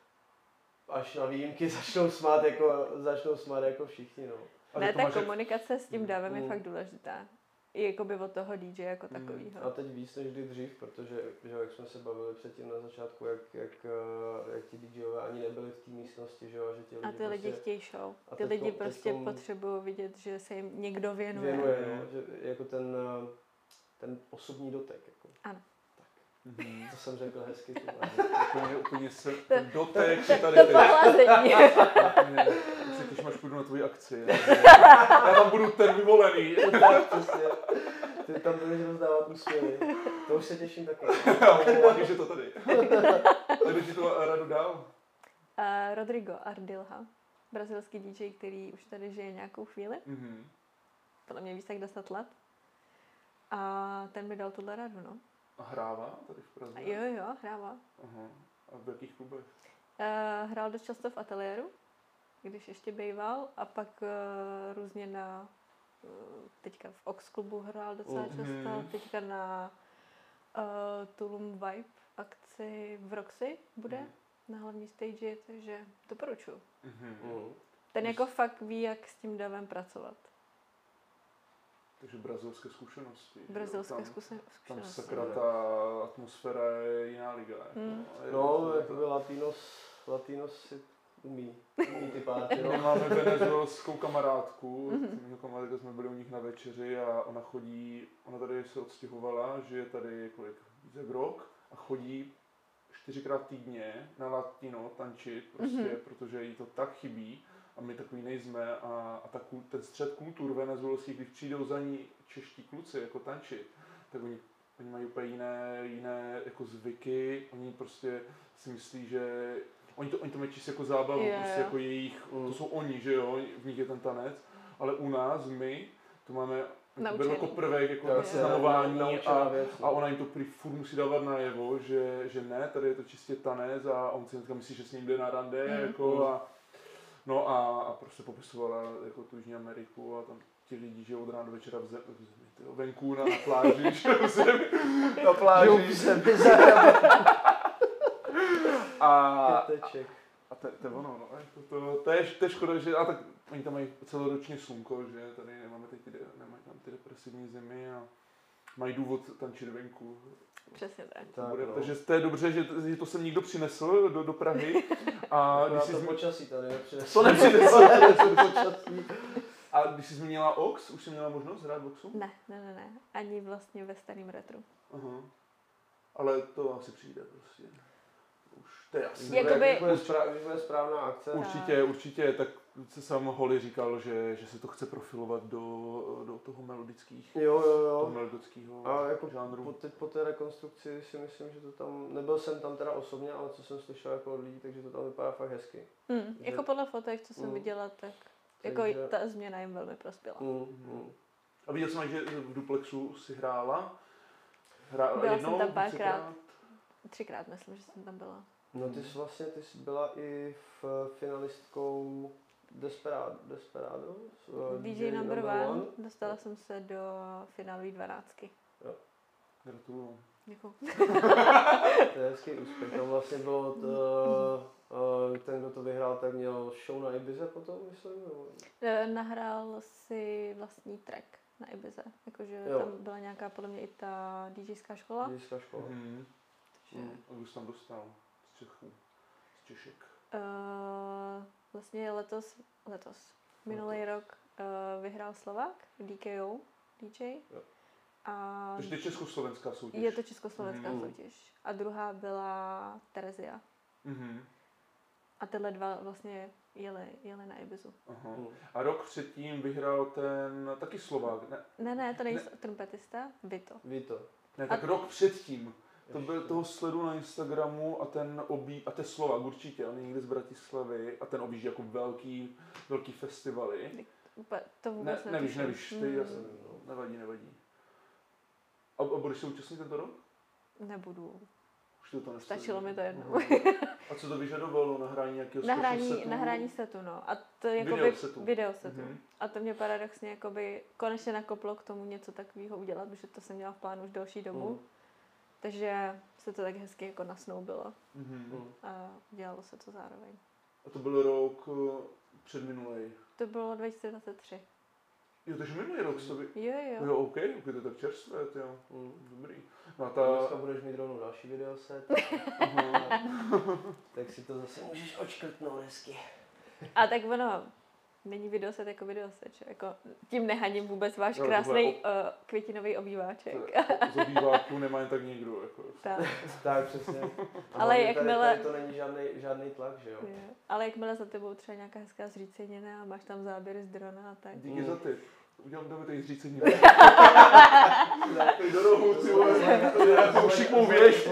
až na výjimky začnou smát jako všichni, no. Ne, ta komunikace s tím davem je fakt důležitá. I jakoby od toho DJ jako takovýho. A teď víc než kdy dřív, protože že, jak jsme se bavili předtím na začátku, jak ti DJové ani nebyli v té místnosti, že jo, že ti lidi a ty lidi prostě, chtějí show. Ty lidi prostě potřebují vidět, že se jim někdo věnuje. No, že jako ten osobní dotek. Jako. Ano. To jsem řekl hezky. Úplně se ten dotek to tady. To pohlazení. Už se těším, až půjdu na tvoji akci. Já tam budu ten vyvolený. Tak, přesně. Ty tam budeš rozdávat úsměvy. To už se těším taky. Hlavně, že to tady. A kdo ti to radu dal? Rodrigo Ardilha. Brazilský DJ, který už tady žije nějakou chvíli. Podle mě víc tak 10 let. A ten mi dal tuhle radu, no. A hrává tady v Praze? Jo, hrává. Aha. A v jakých klubech? Hrál dost často v ateliéru, když ještě bejval, a pak různě teďka v Ox klubu hrál docela často, teďka na Tulum Vibe akci v Roxy bude na hlavní stage, takže doporučuji. Ten jako fakt ví, jak s tím davem pracovat. Takže brazilské zkušenosti. Brazilské zkušenosti. Tam sakra ta atmosféra je jiná liga. No, jakoby Latinos si umí ty párty. No. Máme venezuelskou kamarádku, kamarádka jsme byli u nich na večeři a ona tady se odstěhovala, že je tady kolik, rok a chodí 4krát týdně na Latino tančit, prostě, protože jí to tak chybí. A my takový nejsme a ten střed kultur venezuelských, když přijdou za ní čeští kluci jako tančit, tak oni mají úplně jiné jako zvyky, oni prostě si myslí, že oni to mají čistě jako zábavu, prostě jako jejich, to jsou oni, že jo, v nich je ten tanec, ale u nás, my, to máme jako prvek, jako na seznamování a ona jim to furt musí dávat najevo, že ne, tady je to čistě tanec a on si myslí, že s ním jde na rande, jako no a prostě popisovala jako tu Jižní Ameriku a tam ti lidi žijou od rána do večera venku na pláži, že v zemi, na pláži. A to je ono, no, to je škoda, že a tak oni tam mají celoročně slunko, že tady nemají tam ty depresivní zimy a mají důvod tančit venku. Přesně tak. Takže to je dobře, že to sem někdo přinesl do Prahy. A když jsi počasí tady nepřinesl. To nepřinesl, počasí. A když jsi zmínila Ox, už jsi měla možnost hrát v Oxu? Ne. Ani vlastně ve starým retru. Aha. Ale to asi přijde prostě. Už to je jasný. Když bude správná akce. Určitě, tak se sám Holly říkal, že se to chce profilovat do toho melodického a jako žánru. Po té rekonstrukci si myslím, že to tam, nebyl jsem tam teda osobně, ale co jsem slyšel jako od lidí, takže to tam vypadá fakt hezky. Jako podle fotek, co jsem viděla, tak jako ta změna jim velmi prospěla. A viděl jsem, že v Duplexu si hrála? Byla jsem tam párkrát. 3krát myslím, že jsem tam byla. No ty jsi byla i finalistkou Desperado? DJ number one. Dostala jsem se do finálové 12. Jo. Gratuluju. Děkuju. To je hezký úspěch. Tam vlastně bylo ten, kdo to vyhrál, tak měl show na Ibize potom, myslím? Nahrál si vlastní track na Ibize. Jakože tam byla nějaká, podle mě, i ta DJská škola. DJská škola. A už jsem dostal z Čechů, z Češek. Vlastně letos, minulý rok vyhrál Slovák, DKO, DJ. Jo. Takže to je československá soutěž. Je to československá soutěž. A druhá byla Terezia. A tyhle dva vlastně jeli na Ibizu. Aha. A rok předtím vyhrál ten taky Slovák, ne? Ne, to není trompetista, Vito. Ne, tak rok předtím To byl toho sledu na Instagramu a a ty Slovak určitě, on je někde z Bratislavy a ten objíždí jako velký festivaly. To vůbec nevíš, ty nevadí. A budeš se účastnit tento rok? Nebudu. Už to Stačilo mi to jednou. A co to vyžadovalo? Nahrání nějakého setu? Nahrání setu, no. A to video setu. A to mě paradoxně jakoby konečně nakoplo k tomu něco takového udělat, protože to jsem měla v plánu už delší dobu. Takže se to tak hezky jako nasnoubilo. A dělalo se to zároveň. A to byl rok předminulej? To bylo 2023. Jo, takže minulý rok se Jo, OK, to je tak čerstvé, jo. Dobrý. No a dneska budeš mít rovnou další videoset. Tak si to zase můžeš odškrtnout hezky. A tak ono, není videoset jako videoset, že? Jako, tím nehaním vůbec váš krásný květinový obýváček. Z obýváku nemá jen tak nikdo. Jako. Tak, přesně. Ale jakmile... Tady to není žádný tlak, že jo? Ale jakmile za tebou třeba nějaká hezká zřícenina a máš tam záběry z drona a tak. Díky za tip. Dáme tady zříceninu. Tady do rohu, si vole, všikmou věž,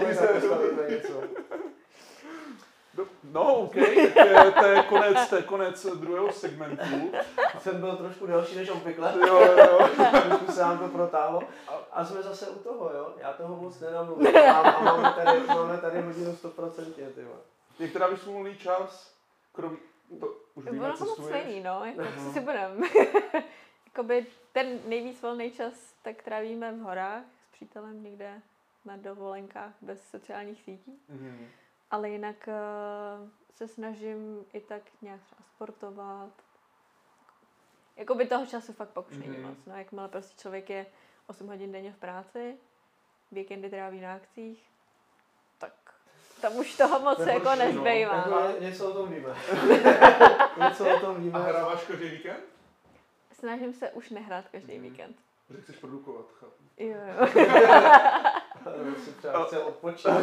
No, OK, to je konec druhého segmentu. Jsem byl trošku delší než obvykle. Jo. Trošku se nám to protáhlo. A jsme zase u toho, jo? Já toho moc nenamluvím. A máme tady hodinu 100%, tyhle. Některá vysmulný čas, už víme, ono to moc není, no, jako co si budem. Jakoby ten nejvíc volný čas tak trávíme v horách s přítelem někde na dovolenkách bez sociálních sítí. Ale jinak se snažím i tak nějak třeba sportovat. Jakoby toho času fakt pak už není moc. No, jakmile prostě člověk je 8 hodin denně v práci, víkendy tráví na akcích, tak tam už toho moc jako nezbývá. No. Něco o tom víme. A hráváš každý víkend? Snažím se už nehrát každý víkend. Protože chceš produkovat, chápu. Jo. Si třeba chce odpočinout.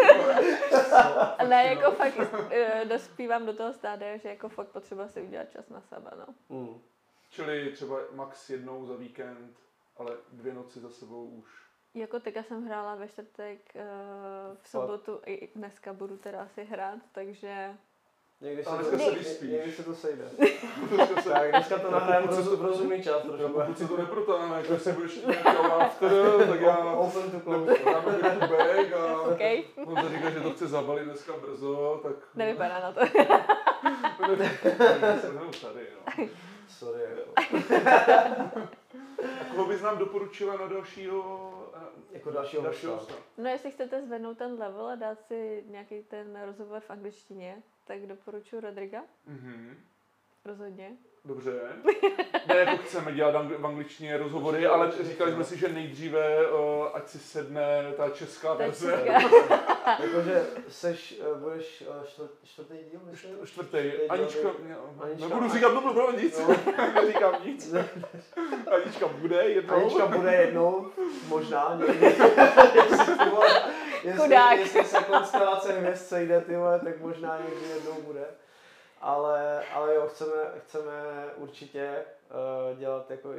Ne, jako fakt dospívám do toho stádia, že jako fakt potřeba si udělat čas na sebe, no. Čili třeba max jednou za víkend, ale 2 noci za sebou už. Jako teďka jsem hrála ve čtvrtek, v sobotu i dneska budu teda asi hrát, takže... Někdy se to sejde. Tak dneska to nahrajeme v rozumný čas trošku. Pokud se to neprotáhne, jako si budeš nějakého after, tak já open to close. Dáme to back a okay. On se říká, že to chce zabalit dneska brzo, tak... Nevypadá na to. Tady, no. Sorry, jako. A koho bys nám doporučila na dalšího hosta? No jestli chcete zvednout ten level a dát si nějaký ten rozhovor v angličtině, tak doporučuji Rodriga. Rozhodně. Dobře. Ne, jako chceme dělat v angličtině rozhovory, ale říkali jsme si, že nejdříve, ať si sedne ta česká verze. Jakože budeš čtvrtý díl, myslím? Čtvrtý. Anička, nebudu říkat nic. Neříkám nic. Anička bude jednou. Možná někdy. Jestli se konstelace hvězd sejde, tak možná někdy jednou bude. Ale jo, chceme určitě dělat jako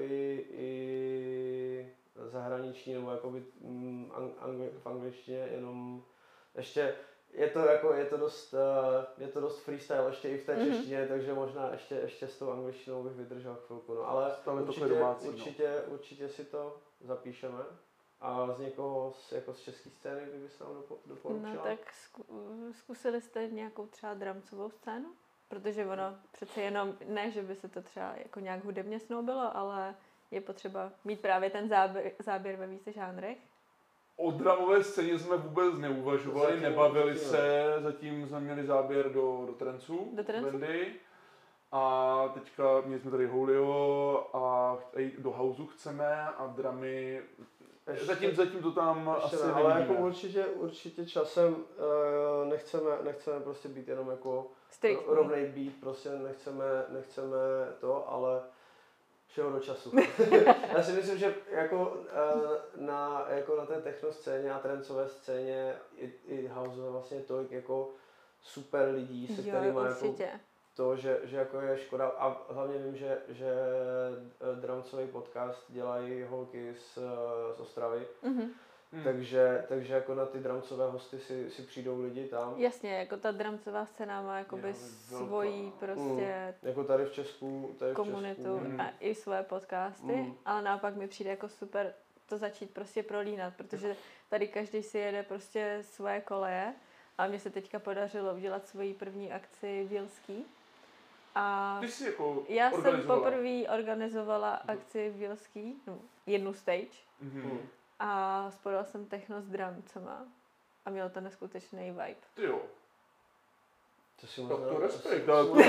i zahraniční nebo jakoby v angličtině, jenom ještě je to dost freestyle ještě i v té češtině, takže možná ještě s tou angličtinou bych vydržel chvilku, no, ale určitě si to zapíšeme. A z někoho z české scény bys nám doporučila? No tak zkusili jste nějakou třeba dramcovou scénu? Protože ono přece jenom, ne, že by se to třeba jako nějak hudebně snoubilo, ale je potřeba mít právě ten záběr ve více žánrech. O dramové scéně jsme vůbec neuvažovali, nebavili se, zatím jsme měli záběr do trancu, Wendy. A teďka měli jsme tady Houlio a i do houseu chceme a dramy. Zatím to tam asi ne, ale jako určitě časem nechceme prostě být jenom jako rovnej beat, prostě nechceme to, ale všeho do času. Já si myslím, že jako na té techno scéně a trancové scéně i house vlastně tolik jako super lidí, se kterými jako to, že jako je škoda, a hlavně vím, že dramcový podcast dělají holky z Ostravy, Takže jako na ty dramcové hosty si přijdou lidi tam. Jasně, jako ta dramcová scéna má jakoby svoji prostě jako tady v Česku, komunitu a i své podcasty, ale naopak mi přijde jako super to začít prostě prolínat, protože tady každý si jede prostě své koleje a mně se teďka podařilo udělat svoji první akci v Jilský. A Ty jsi jako já jsem poprvé organizovala akci v Jilský, jednu stage. A spojila jsem techno s dramcema a mělo to neskutečný vibe. Ty jo. To si to respekt.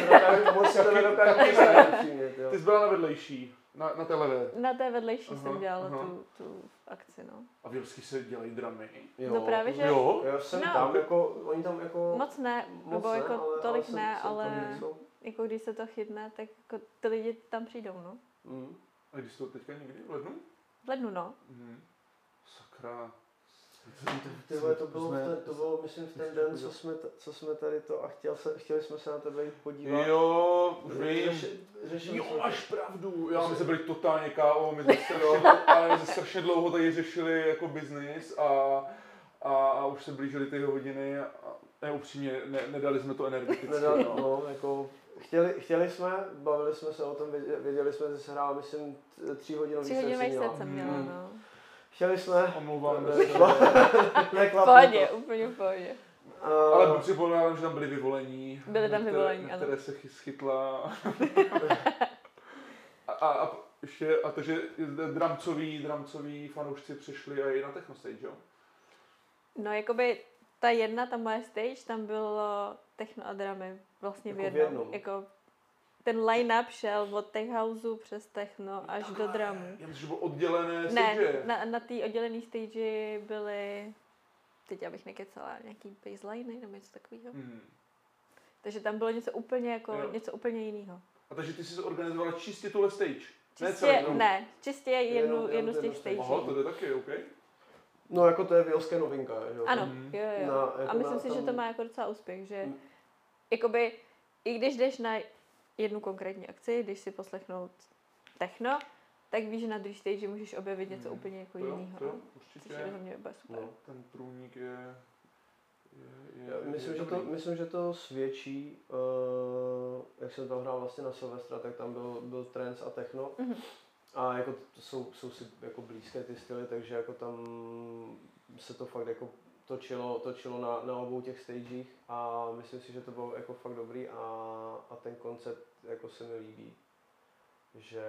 Ty jsi byla na vedlejší, na té levé. Na té vedlejší jsem dělala tu akci, no. A v Jilský se dělají dramy? Jo, no právě, že... Jo? Já jsem tam, jako, oni tam jako... Moc ne, nebo jako ale, tolik ale ne, ale jako když se to chytne, tak jako ty lidi tam přijdou, no. A když to teďka někdy? V lednu? V lednu, no. Sakra. Tyhle, to bylo, myslím, v ten den, co jsme tady to a chtěli jsme se na tebe jít podívat. Jo, vím. Jo, máš pravdu. Já, my jsme byli totálně KO, my jsme strašně dlouho tady řešili jako biznis a už se blížily ty hodiny a upřímně nedali jsme to energeticky. No, jako chtěli jsme, bavili jsme se o tom, věděli jsme, že se hrála, myslím, 3 hodinový set jsem měla, no. Chtěli jsme. Omlouvám se. Pohodě, úplně v pohodě. Ale připomínám, že tam byli vyvolení. Byli tam vyvolení, ano. Které se schytla. Takže dramcoví fanoušci přišli a i na techno stage, jo? No, jakoby ta moje stage, tam bylo techno a dramy vlastně jako v jednom. Jako ten line-up šel od tech houseu přes techno až do dramu. Já myslím, že bylo oddělené stage. Ne, na té oddělené stage byly, teď abych nekecala, nějaký baseliny nebo něco takového. Takže tam bylo něco úplně jiného. A takže ty jsi organizovala čistě tuhle stage? Čistě jednu z těch stagí. Aha, to je taky, OK. No jako to je Jilské novinka, jo? Ano, jo. A myslím si, že to má jako docela úspěch, že jakoby, i když jdeš na jednu konkrétní akci, když si poslechnout techno, tak víš, že na druhé stage můžeš objevit něco úplně jako jiného. To určitě. Což je za mě super. No, ten průnik je myslím, že to svědčí, jak jsem tam hrál vlastně na Silvestra, tak tam byl trance a techno. A jako to jsou si jako blízké ty styly, takže jako tam se to fakt jako točilo na obou těch stagech a myslím si, že to bylo jako fakt dobrý a ten koncept jako se mi líbí, že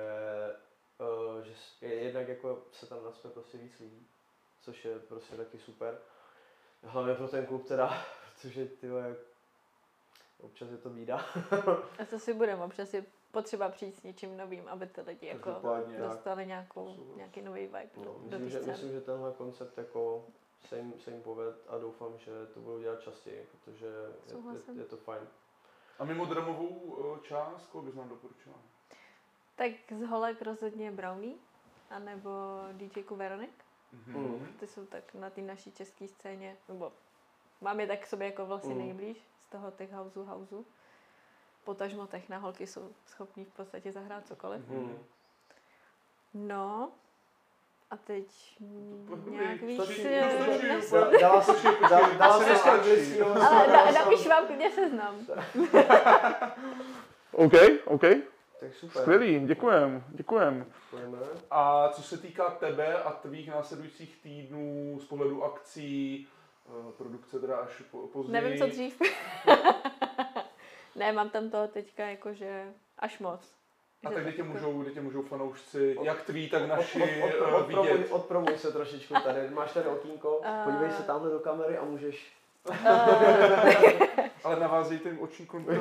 jednak jako se tam nacpe prostě víc lidí, což je prostě taky super. Hlavně pro ten klub teda, protože tyhle, občas je to bída. A co si budeme, občas je potřeba přijít s něčím novým, aby ty lidi jako dostali nějaký nový vibe do té scény. Myslím, že tenhle koncept jako se jim poved a doufám, že to budou dělat častěji, protože je to fajn. A mimo dramovou část, koho bys nám doporučila? Tak z holek rozhodně Brownie, anebo DJku Veronik. Ty jsou tak na té naší české scéně, nebo mám je tak k sobě jako vlastně nejblíž z toho tech houseu. Potažmo techna, holky jsou schopní v podstatě zahrát cokoliv. No, a teď nějak víc... Dala jsem anglický. Ale napíš vám klidně seznam. OK. Tak super. Skvělý, děkujem. A co se týká tebe a tvých následujících týdnů z pohledu akcí, produkce teda až později? Nevím, co dřív. Ne, mám tam toho teďka jakože až moc. A tak kde tě můžou fanoušci, jak tví, tak naši vidět? Odpromuj se trošičku tady, máš tady okýnko, podívej se tamhle do kamery a můžeš... Ale navázejte jim oční kontakt.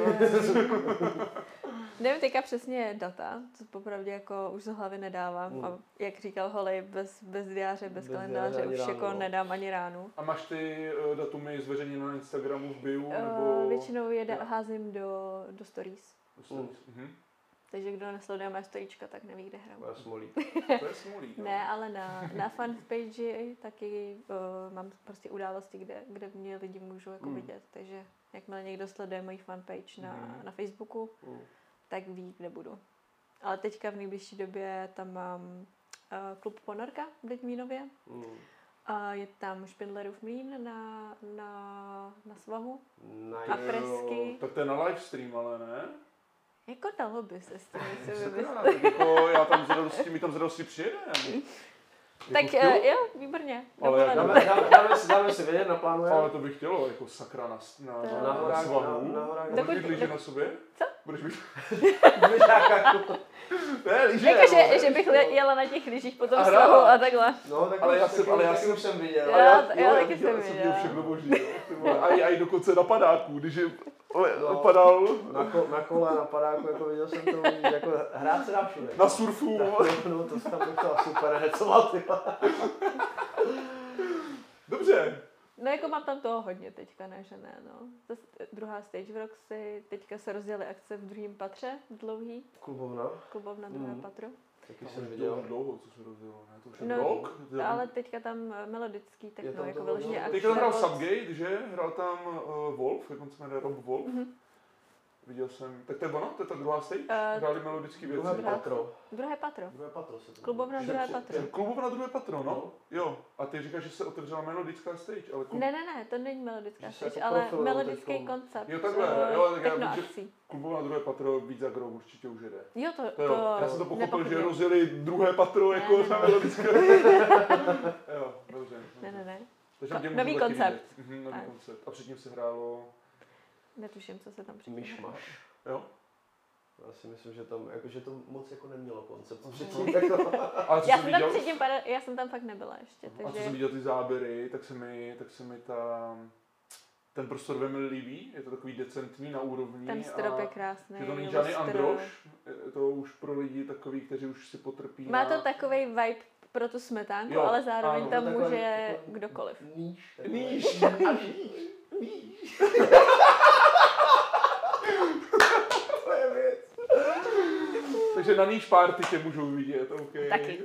Nevím teďka přesně data, co popravdě jako už z hlavy nedávám. A jak říkal Holej, bez diáře, bez kalendáře už jako nedám ani ránu. A máš ty datumy zveřejněné na Instagramu v bio? Nebo... Většinou házím do stories. Takže kdo nesleduje moje storíčka, tak neví, kde hraju. To je smolík. Ne, ale na fanpage taky mám prostě události, kde mě lidi můžou jako vidět. Takže jakmile někdo sleduje moji fanpage na Facebooku, tak ví, kde budu. Ale teďka v nejbližší době tam mám klub Ponorka v Lidmínově. A je tam Špindlerův mlýn na svahu. Nice. A fresky. Tak to je na livestream, ale ne? Jako dalo by se s tím něco Sakra, vymyslet. tak jako já tam z radosti, my tam z radosti přijedeme. Tak Jako chtělo? jo, výborně. Ale jak Dovolenou. Dáme si vědět, naplánujeme. Ale to bych chtělo, jako sakra na Na horách, svahu. na horách. Budeš mít lyže na sobě? Co? Budeš mít... Jako- Ne, lyže, Jakože že bych jela na těch lyžích po tom A svahu hrála. a takhle. No, tak Ale já už- jsem- taky- ale já taky jsem- už jsem viděl. Jo, Ale já taky viděl, jsem měl viděla. všechno možný, jo, ty vole. A i dokonce na padáku, když je padal Na kole, na padáku, jako viděl jsem to, jako hrát se dá všude. na surfu. No, to jsem tam docela super hecoval, ty vole. Dobře. No jako mám tam toho hodně teďka, ne, že ne, no. Zas druhá stage v Roxy, teďka se rozjeli akce v druhém patře, dlouhý, klubovna druhé patro. Taky To jsem už viděl. dlouho, co se rozjelo, ne? To už je No, rok? ale teďka tam melodický Je techno, tam jako to vyloženě bylo- akce. Teďka tam hrál od- Subgate, že? Hrál tam Wolf, jak on se jmenuje, Rob Wolf. Viděl jsem, tak to je ono? To je ta druhá stage? Hráli melodický věci. Druhé patro. Druhé patro. Druhé patro se to Klubovna druhé patro. Klubovna druhé patro, no? Jo. A ty říkáš, že se otevřela melodická stage, ale Ne, to není melodická Že se stage, jako ale profilujou melodický teďkom. koncept. Jo, takhle, jo, tak já techno vím, že- akcí. Klubovna druhé patro víc za grou určitě už jede. Jo, to To jo, já jsem to pochopil, nepochybně. že rozjeli druhé patro jako Ne. na melodické. Jo, dobře. Ne. Takže tě můžu Nový taky koncept. vidět. Nový Ano. koncept. A předtím se hrálo, Netuším, co se tam předtím. Myšmaš. jo? Já si myslím, že tam, jako, že to moc jako nemělo koncept. Aha. Předtím jako... Ale co Já jsem jsem tam viděl, předtím, já jsem tam fakt nebyla ještě, a co jsem takže... viděl ty záběry, tak se mi ten prostor velmi líbí. Je to takový decentní na úrovni. Ten strop a je krásný. že to není nebo žádný strop. androž, je to už pro lidi takový, kteří už si potrpí. Má na- to takový vibe pro tu smetánku, Jo, ale zároveň ano, tam takové může jako- kdokoliv. Níž. Níž. To je věc. Takže na níž party tě můžou vidět, OK. Taky.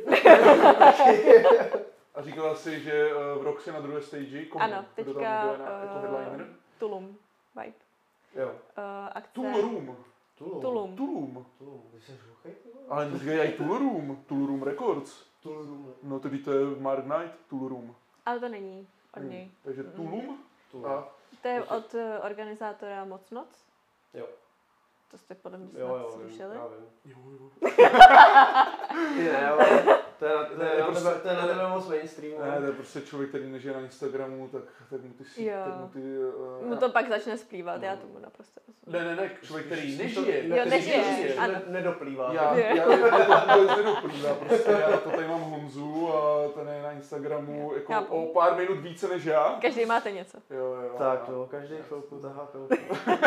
A říkala jsi, že v Roxy na druhé stage, komu? Ano, Kdo teďka tam bude jako headliner? Tulum vibe. Jo. Akce Tulum. Tulum. Tulum. Ty jsi hluchej, ty vole? Ale říkají i Tulum. Tulum Records. Tulum. No tedy to je Mark Knight, Tulum. Ale to není od něj. Takže Tulum. Tulum. A To je od organizátora Moc noc. Jo. To jste podle mě snad Jo, vím, slyšeli. já vím. jo. Ty ne, ale to je na prostě- tebe, to je na tebe moc mainstream. Ne, to je prostě člověk, který nežije na Instagramu, tak mu ty Jo. tak mu ty... Mu to pak začne zpívat, já tomu naprosto rozumím. Ne, člověk, který Spíš nežije. to- Jo, který nežije, ano. Nedoplývá. Já to vůbec nedoplývá, prostě já to tady mám Honzu a ten je na Instagramu jako Chápu. o pár minut více než já. Každý máte něco. Jo. Tak jo, každý chvilku tahá chvilku.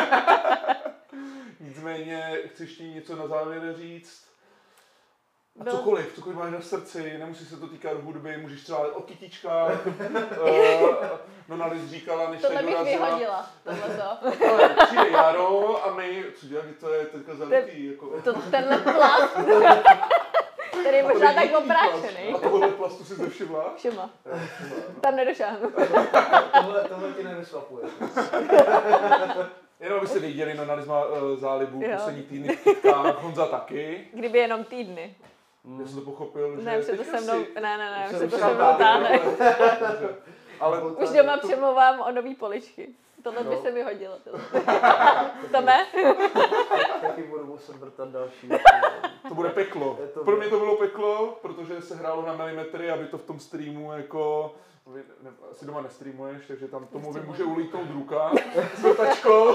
Nicméně, chci ještě něco na závěr říct? A Bylo- cokoliv máš na srdci, nemusí se to týkat hudby, můžeš třeba o kytičkách. No Nalis říkala, než Tohle tady bych dorazila. vyhodila, tohleto. Ale přijde Jaro a my, co děláme, to je teďka zalitý. Jako. Tenhle plast, který je A to možná je tak jiný oprášený. plast. A tohle plastu si nevšimla? Všimla. Jo, všimla. Tam nedošáhnu. Tohle ti nevysvapuje. Jenom abyste věděli, no Nalis má zálibu Jo. poslední týdny v kytkách, Honza taky. Kdyby jenom týdny. Já jsem to pochopil, že Ne, už se to teďka se mnou, si- ne, Už už se se to už se tam mnou táhne. Ale Už doma přemlouvám o nový poličky. Tohle by No. se mi hodilo. To ne? Taky budu muset vrtat další. to bude peklo. Je to- Pro mě to bylo peklo, protože se hrálo na milimetry, aby to v tom streamu jako... Asi doma nestreamuješ, takže tam tomu může ulítnout ruka s vrtačkou.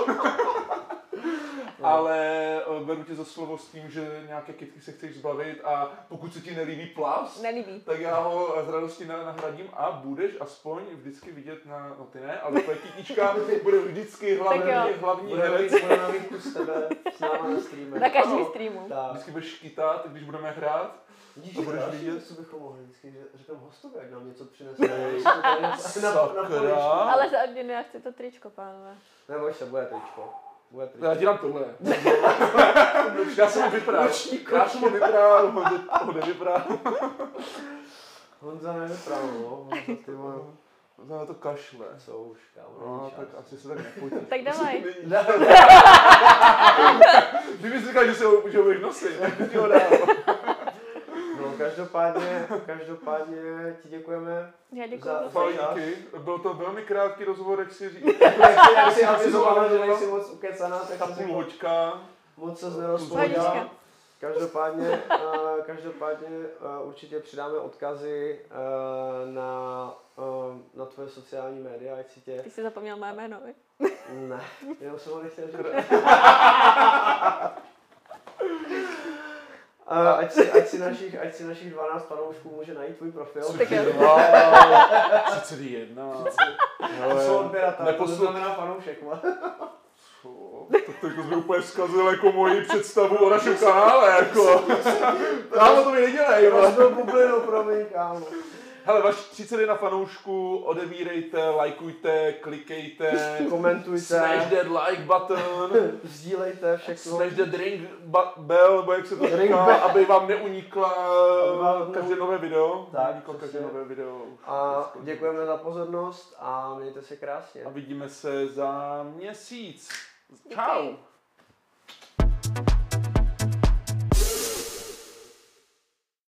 Ale beru tě za slovo s tím, že nějaké kytky se chceš zbavit a pokud se ti nelíbí plast, Nelíbí. tak já ho z radosti nahradím a budeš aspoň vždycky vidět na, no ty ne, ale tvoje kytička bude vždycky hlavní herec. Budeme mít tu s tebe s náma na streame. Na každý Ano. streamu. Tak. Vždycky budeš kytat, když budeme hrát. Vidíš, To budeš další vidět. věc, co bychom mohli vždycky říkám hostovi, jak nám něco přinese. Sakra. Ale za odměnu já chci to tričko, pánové. Neboj se, bude tričko. Bude tričko. Já ti dám tohle. Já jsem ho vypral. Já jsem ho vypral, ho nevypral. Honza nevypral, no. Honza, ty vole. Honza na to kašle. Co už, kámo. No, není tak čas. asi se tak nepotíš. Tak dávaj. Kdyby jsi říkal, že ho budeš nosit, tak bych ti ho dal. No každopádně ti děkujeme. Já děkuji Za- za Fajn, čas. díky. Byl to velmi krátký rozhovor, jak si říct. Jak si avizovala, že nejsi moc ukecaná, tak Ta jsem si půl hoďka. moc se Pohodička. nerozpovídala. Každopádně určitě přidáme odkazy na tvoje sociální média, ať si tě... Ty jsi zapomněl moje jméno, vi? Ne, jenom jsem ho nechtěl říct. Ať si našich 12 fanoušků může najít tvůj profil. Tak jo. 31. Jsou odběratel, to Neposlu- znamená fanoušek. Tak to jsme úplně zkazil jako moji představu o našem kanále, jako. Kámo, to mi nedělej, Rozbil bublinu, promiň, kámo. Hele, vaši 31 fanoušků, odebírejte, lajkujte, klikejte, Komentujte, smash that like button, sdílejte všechno. smash that ring bell, nebo jak se to Ring říká, bell. aby vám neunikla Aby vám každé nové video. Tak, Neuniklo každé přesně. nové video. A děkujeme za pozornost a mějte se krásně. A vidíme se za měsíc. Díky. Čau.